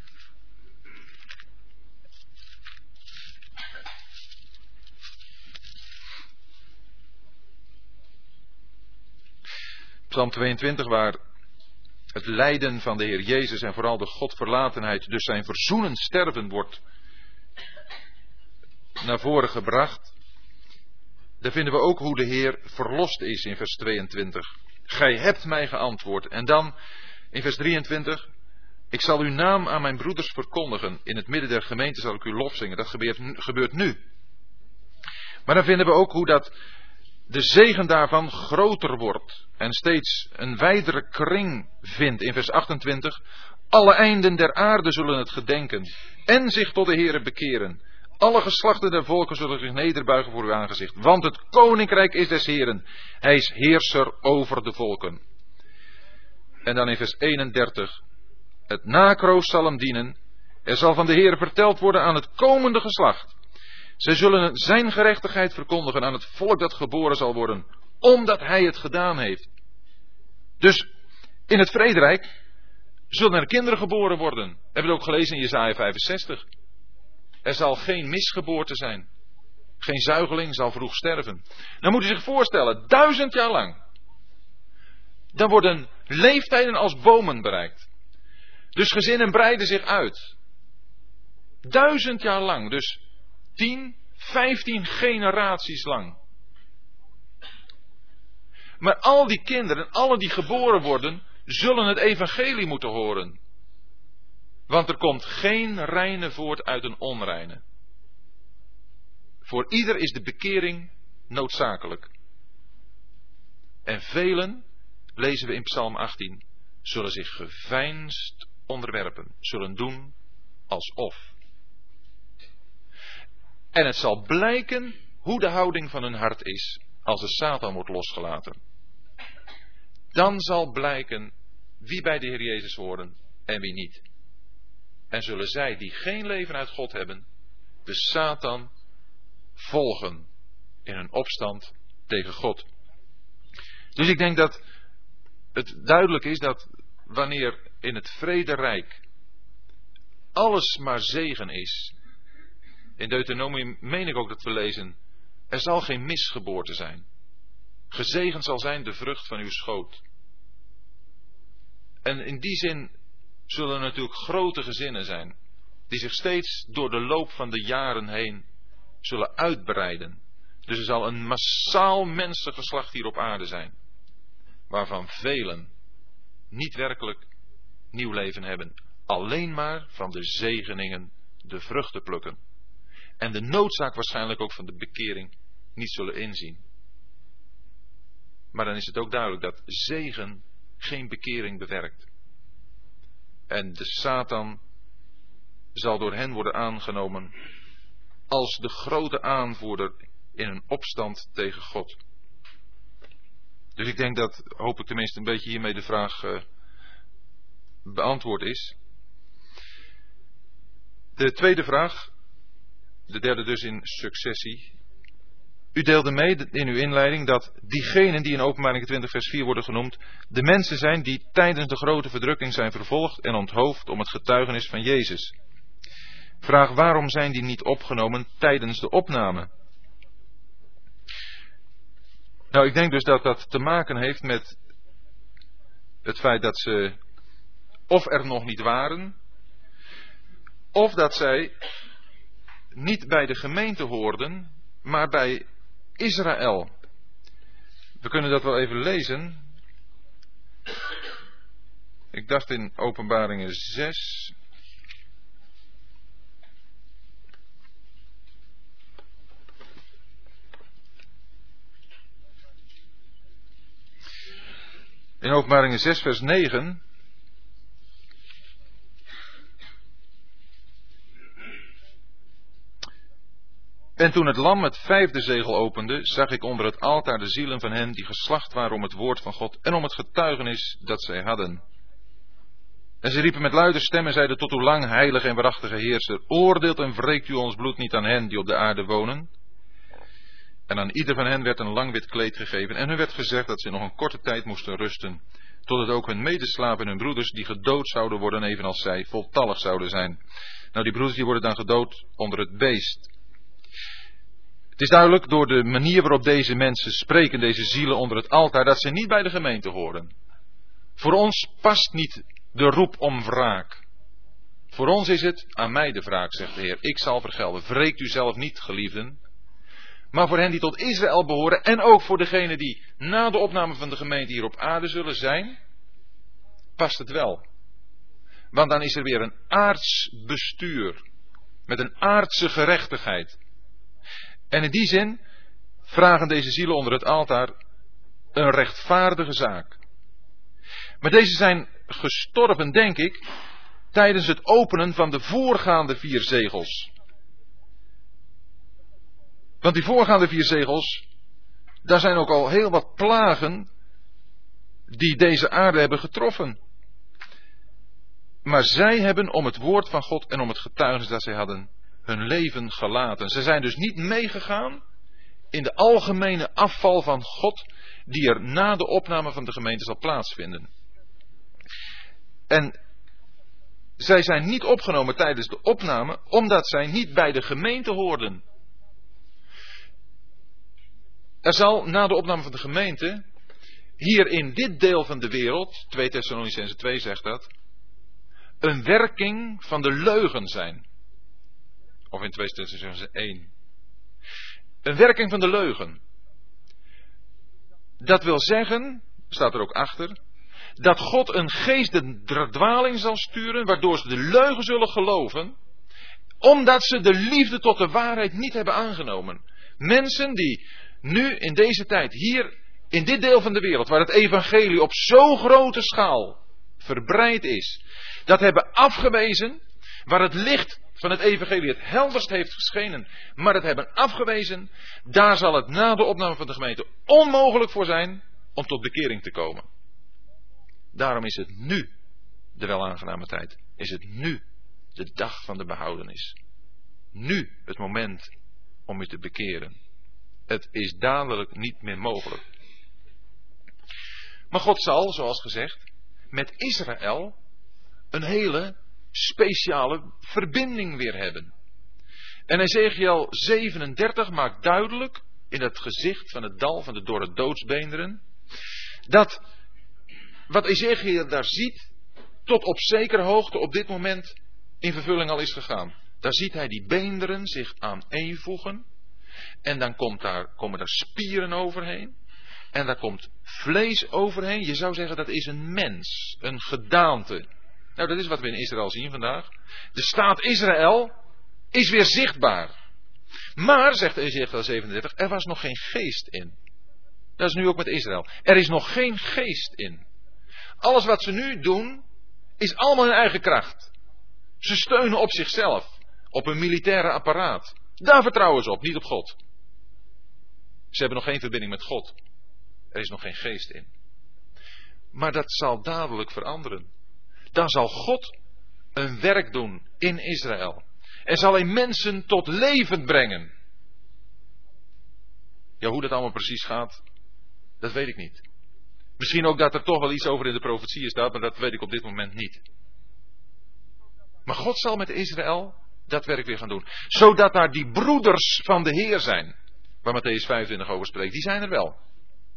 Psalm 22 waar het lijden van de Heer Jezus en vooral de Godverlatenheid, dus zijn verzoenend sterven wordt naar voren gebracht. Daar vinden we ook hoe de Heer verlost is in vers 22. Gij hebt mij geantwoord. En dan in vers 23. Ik zal uw naam aan mijn broeders verkondigen. In het midden der gemeente zal ik uw lof zingen. Dat gebeurt nu. Maar dan vinden we ook hoe dat de zegen daarvan groter wordt. En steeds een wijdere kring vindt. In vers 28. Alle einden der aarde zullen het gedenken. En zich tot de Heere bekeren. Alle geslachten der volken zullen zich nederbuigen voor uw aangezicht. Want het koninkrijk is des Heeren. Hij is heerser over de volken. En dan in vers 31. Het nakroost zal hem dienen. Er zal van de Heere verteld worden aan het komende geslacht. Zij zullen zijn gerechtigheid verkondigen aan het volk dat geboren zal worden. Omdat hij het gedaan heeft. Dus in het vrederijk zullen er kinderen geboren worden. We hebben het ook gelezen in Jesaja 65. Er zal geen misgeboorte zijn. Geen zuigeling zal vroeg sterven. Dan moet u zich voorstellen, 1000 jaar lang. Dan worden leeftijden als bomen bereikt. Dus gezinnen breiden zich uit. 1000 jaar lang. Dus 10, 15 generaties lang. Maar al die kinderen, alle die geboren worden, zullen het evangelie moeten horen. Want er komt geen reine voort uit een onreine. Voor ieder is de bekering noodzakelijk. En velen, lezen we in Psalm 18, zullen zich geveinsd onderwerpen. Zullen doen alsof. En het zal blijken hoe de houding van hun hart is als de Satan wordt losgelaten. Dan zal blijken wie bij de Heer Jezus horen en wie niet. En zullen zij die geen leven uit God hebben, de Satan volgen in hun opstand tegen God. Dus ik denk dat het duidelijk is dat wanneer in het vrederijk alles maar zegen is. In Deuteronomium meen ik ook dat we lezen, er zal geen misgeboorte zijn. Gezegend zal zijn de vrucht van uw schoot. En in die zin zullen er natuurlijk grote gezinnen zijn, die zich steeds door de loop van de jaren heen zullen uitbreiden. Dus er zal een massaal mensengeslacht hier op aarde zijn, waarvan velen niet werkelijk nieuw leven hebben, alleen maar van de zegeningen de vruchten plukken. En de noodzaak waarschijnlijk ook van de bekering niet zullen inzien. Maar dan is het ook duidelijk dat zegen geen bekering bewerkt. En de Satan zal door hen worden aangenomen als de grote aanvoerder in een opstand tegen God. Dus ik denk dat, hoop ik tenminste een beetje hiermee de vraag beantwoord is. De tweede vraag, de derde dus in successie. U deelde mee in uw inleiding dat diegenen die in Openbaring 20 vers 4 worden genoemd, de mensen zijn die tijdens de grote verdrukking zijn vervolgd en onthoofd om het getuigenis van Jezus. Vraag, waarom zijn die niet opgenomen tijdens de opname? Nou, ik denk dus dat dat te maken heeft met het feit dat ze of er nog niet waren, of dat zij niet bij de gemeente hoorden, maar bij Israël. We kunnen dat wel even lezen. Ik dacht in Openbaringen 6. In Openbaringen 6 vers 9. En toen het lam het 5e zegel opende, zag ik onder het altaar de zielen van hen die geslacht waren om het woord van God en om het getuigenis dat zij hadden. En ze riepen met luide stem en zeiden: tot hoe lang, heilige en waarachtige Heerser, oordeelt en wreekt u ons bloed niet aan hen die op de aarde wonen? En aan ieder van hen werd een lang wit kleed gegeven en hun werd gezegd dat ze nog een korte tijd moesten rusten, totdat ook hun medeslaven en hun broeders die gedood zouden worden evenals zij, voltallig zouden zijn. Nou, die broeders die worden dan gedood onder het beest. Het is duidelijk door de manier waarop deze mensen spreken, deze zielen onder het altaar, dat ze niet bij de gemeente horen. Voor ons past niet de roep om wraak. Voor ons is het: aan mij de wraak, zegt de Heer, ik zal vergelden. Wreekt u zelf niet, geliefden. Maar voor hen die tot Israël behoren en ook voor degenen die na de opname van de gemeente hier op aarde zullen zijn, past het wel. Want dan is er weer een aards bestuur, met een aardse gerechtigheid. En in die zin vragen deze zielen onder het altaar een rechtvaardige zaak. Maar deze zijn gestorven, denk ik, tijdens het openen van de voorgaande 4 zegels. Want die voorgaande 4 zegels, daar zijn ook al heel wat plagen die deze aarde hebben getroffen. Maar zij hebben om het woord van God en om het getuigenis dat zij hadden, hun leven gelaten. Ze zijn dus niet meegegaan in de algemene afval van God die er na de opname van de gemeente zal plaatsvinden. En zij zijn niet opgenomen tijdens de opname omdat zij niet bij de gemeente hoorden. Er zal na de opname van de gemeente hier in dit deel van de wereld, 2 Thessalonicenzen 2 zegt dat, een werking van de leugen zijn. Of in 2 Thessalonicenzen 1. Een werking van de leugen. Dat wil zeggen, staat er ook achter, dat God een geest de dwaling zal sturen, waardoor ze de leugen zullen geloven, omdat ze de liefde tot de waarheid niet hebben aangenomen. Mensen die nu in deze tijd, hier in dit deel van de wereld, waar het evangelie op zo'n grote schaal verbreid is, dat hebben afgewezen, waar het licht van het evangelie het helderst heeft geschenen, maar het hebben afgewezen, daar zal het na de opname van de gemeente onmogelijk voor zijn om tot bekering te komen. Daarom is het nu de welaangename tijd. Is het nu de dag van de behoudenis. Nu het moment om u te bekeren. Het is dadelijk niet meer mogelijk. Maar God zal, zoals gezegd, met Israël een hele speciale verbinding weer hebben. En Ezekiel 37 maakt duidelijk in het gezicht van het dal van de dorre doodsbeenderen, dat wat Ezekiel daar ziet, tot op zekere hoogte op dit moment in vervulling al is gegaan. Daar ziet hij die beenderen zich aaneenvoegen. En dan komen daar spieren overheen. En daar komt vlees overheen. Je zou zeggen dat is een mens, een gedaante. Nou, dat is wat we in Israël zien vandaag. De staat Israël is weer zichtbaar. Maar, zegt Ezekiel 37, er was nog geen geest in. Dat is nu ook met Israël. Er is nog geen geest in. Alles wat ze nu doen, is allemaal in eigen kracht. Ze steunen op zichzelf, op een militaire apparaat. Daar vertrouwen ze op, niet op God. Ze hebben nog geen verbinding met God. Er is nog geen geest in. Maar dat zal dadelijk veranderen. Dan zal God een werk doen in Israël. En zal hij mensen tot leven brengen. Ja, hoe dat allemaal precies gaat, dat weet ik niet. Misschien ook dat er toch wel iets over in de profetieën staat, maar dat weet ik op dit moment niet. Maar God zal met Israël dat werk weer gaan doen. Zodat daar die broeders van de Heer zijn, waar Mattheüs 25 over spreekt, die zijn er wel.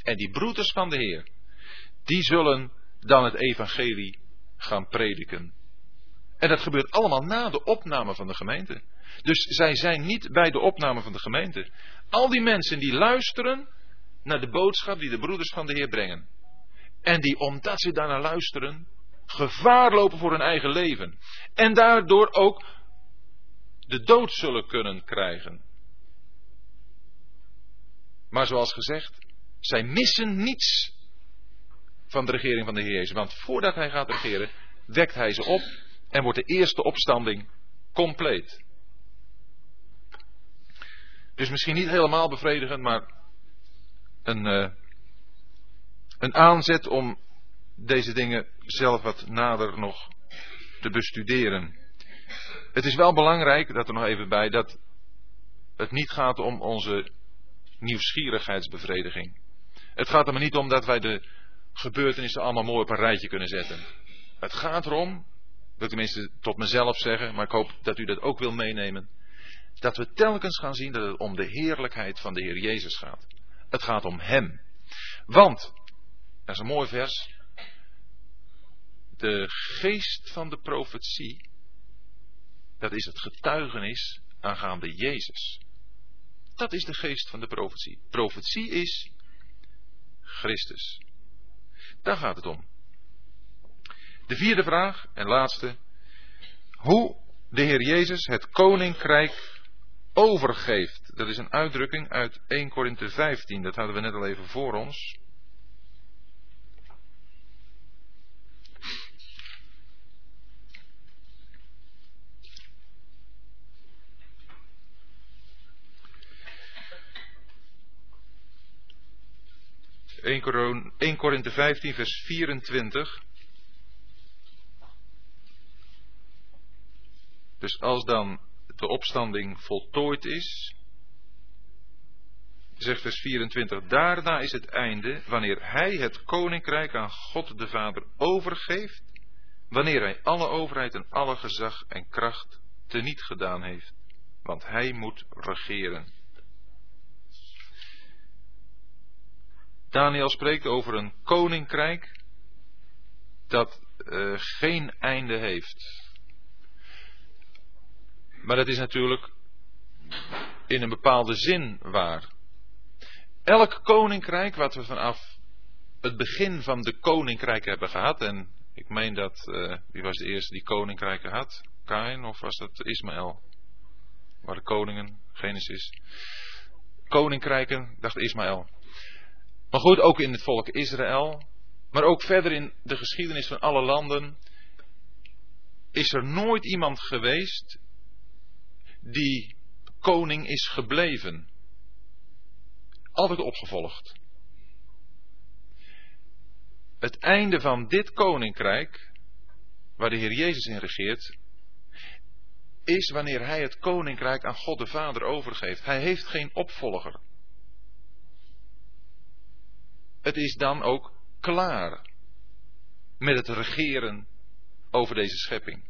En die broeders van de Heer, die zullen dan het evangelie gaan prediken. En dat gebeurt allemaal na de opname van de gemeente. Dus zij zijn niet bij de opname van de gemeente. Al die mensen die luisteren naar de boodschap die de broeders van de Heer brengen. En die, omdat ze daarnaar luisteren, gevaar lopen voor hun eigen leven. En daardoor ook de dood zullen kunnen krijgen. Maar zoals gezegd, zij missen niets van de regering van de Heer Jezus. Want voordat hij gaat regeren, wekt hij ze op en wordt de eerste opstanding compleet. Dus misschien niet helemaal bevredigend, maar een aanzet om deze dingen zelf wat nader nog te bestuderen. Het is wel belangrijk, dat er nog even bij, dat het niet gaat om onze nieuwsgierigheidsbevrediging. Het gaat er maar niet om dat wij de gebeurtenissen allemaal mooi op een rijtje kunnen zetten. Het gaat erom, wil ik tenminste tot mezelf zeggen, maar ik hoop dat u dat ook wil meenemen, dat we telkens gaan zien dat het om de heerlijkheid van de Heer Jezus gaat. Het gaat om Hem. Want, dat is een mooi vers, de geest van de profetie, dat is het getuigenis aangaande Jezus. Dat is de geest van de profetie. Profetie is Christus. Daar gaat het om. De vierde vraag en laatste. Hoe de Heer Jezus het koninkrijk overgeeft. Dat is een uitdrukking uit 1 Korinthe 15. Dat hadden we net al even voor ons. (1 Korinthe 15 vers 24. Dus als dan de opstanding voltooid is, zegt vers 24, daarna is het einde, wanneer hij het koninkrijk aan God de Vader overgeeft, wanneer hij alle overheid en alle gezag en kracht teniet gedaan heeft, want hij moet regeren. Daniel spreekt over een koninkrijk dat geen einde heeft. Maar dat is natuurlijk in een bepaalde zin waar. Elk koninkrijk wat we vanaf het begin van de koninkrijken hebben gehad, en ik meen dat, wie was de eerste die koninkrijken had? Kain of was dat Ismaël? Waren koningen, Genesis. Koninkrijken, dacht Ismaël. Maar goed, ook in het volk Israël, maar ook verder in de geschiedenis van alle landen, is er nooit iemand geweest die koning is gebleven. Altijd opgevolgd. Het einde van dit koninkrijk, waar de Heer Jezus in regeert, is wanneer hij het koninkrijk aan God de Vader overgeeft. Hij heeft geen opvolger. Het is dan ook klaar met het regeren over deze schepping.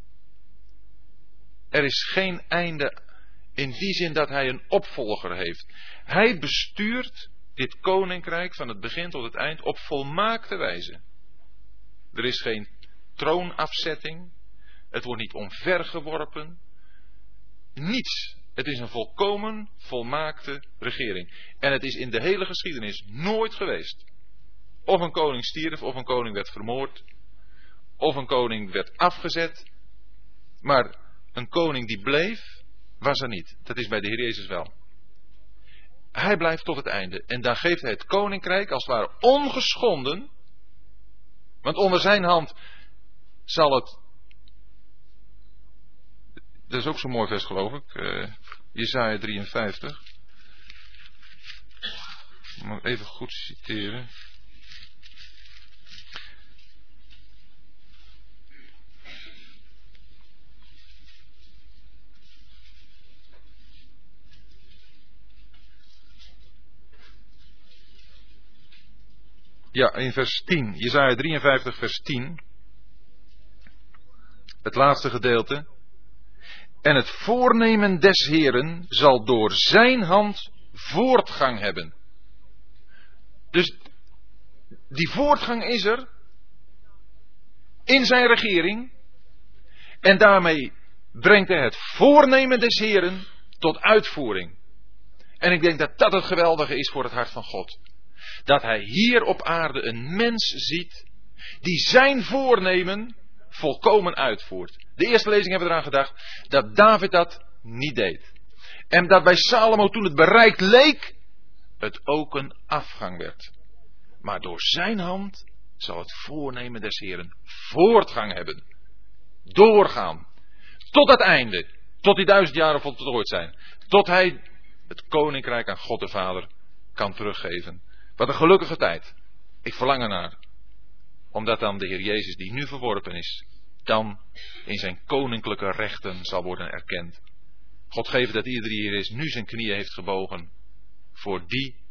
Er is geen einde in die zin dat hij een opvolger heeft. Hij bestuurt dit koninkrijk van het begin tot het eind op volmaakte wijze. Er is geen troonafzetting. Het wordt niet omvergeworpen. Niets. Het is een volkomen volmaakte regering. En het is in de hele geschiedenis nooit geweest. Of een koning stierf, of een koning werd vermoord. Of een koning werd afgezet. Maar een koning die bleef, was er niet. Dat is bij de Heer Jezus wel. Hij blijft tot het einde. En dan geeft hij het koninkrijk als het ware ongeschonden. Want onder zijn hand zal het... Dat is ook zo'n mooi vers, geloof ik. Jesaja 53. Ik moet even goed citeren. Ja, in vers 10. Jesaja 53 vers 10. Het laatste gedeelte. En het voornemen des Heeren zal door zijn hand voortgang hebben. Dus die voortgang is er in zijn regering. En daarmee brengt hij het voornemen des Heren tot uitvoering. En ik denk dat dat het geweldige is voor het hart van God. Dat hij hier op aarde een mens ziet die zijn voornemen volkomen uitvoert. De eerste lezing hebben we eraan gedacht dat David dat niet deed. En dat bij Salomo toen het bereikt leek, het ook een afgang werd. Maar door zijn hand zal het voornemen des Heren voortgang hebben. Doorgaan. Tot het einde. Tot die 1000 jaren voltooid zijn. Tot hij het koninkrijk aan God de Vader kan teruggeven. Wat een gelukkige tijd. Ik verlang ernaar. Omdat dan de Heer Jezus die nu verworpen is, dan in zijn koninklijke rechten zal worden erkend. God geeft dat ieder die hier is nu zijn knieën heeft gebogen voor die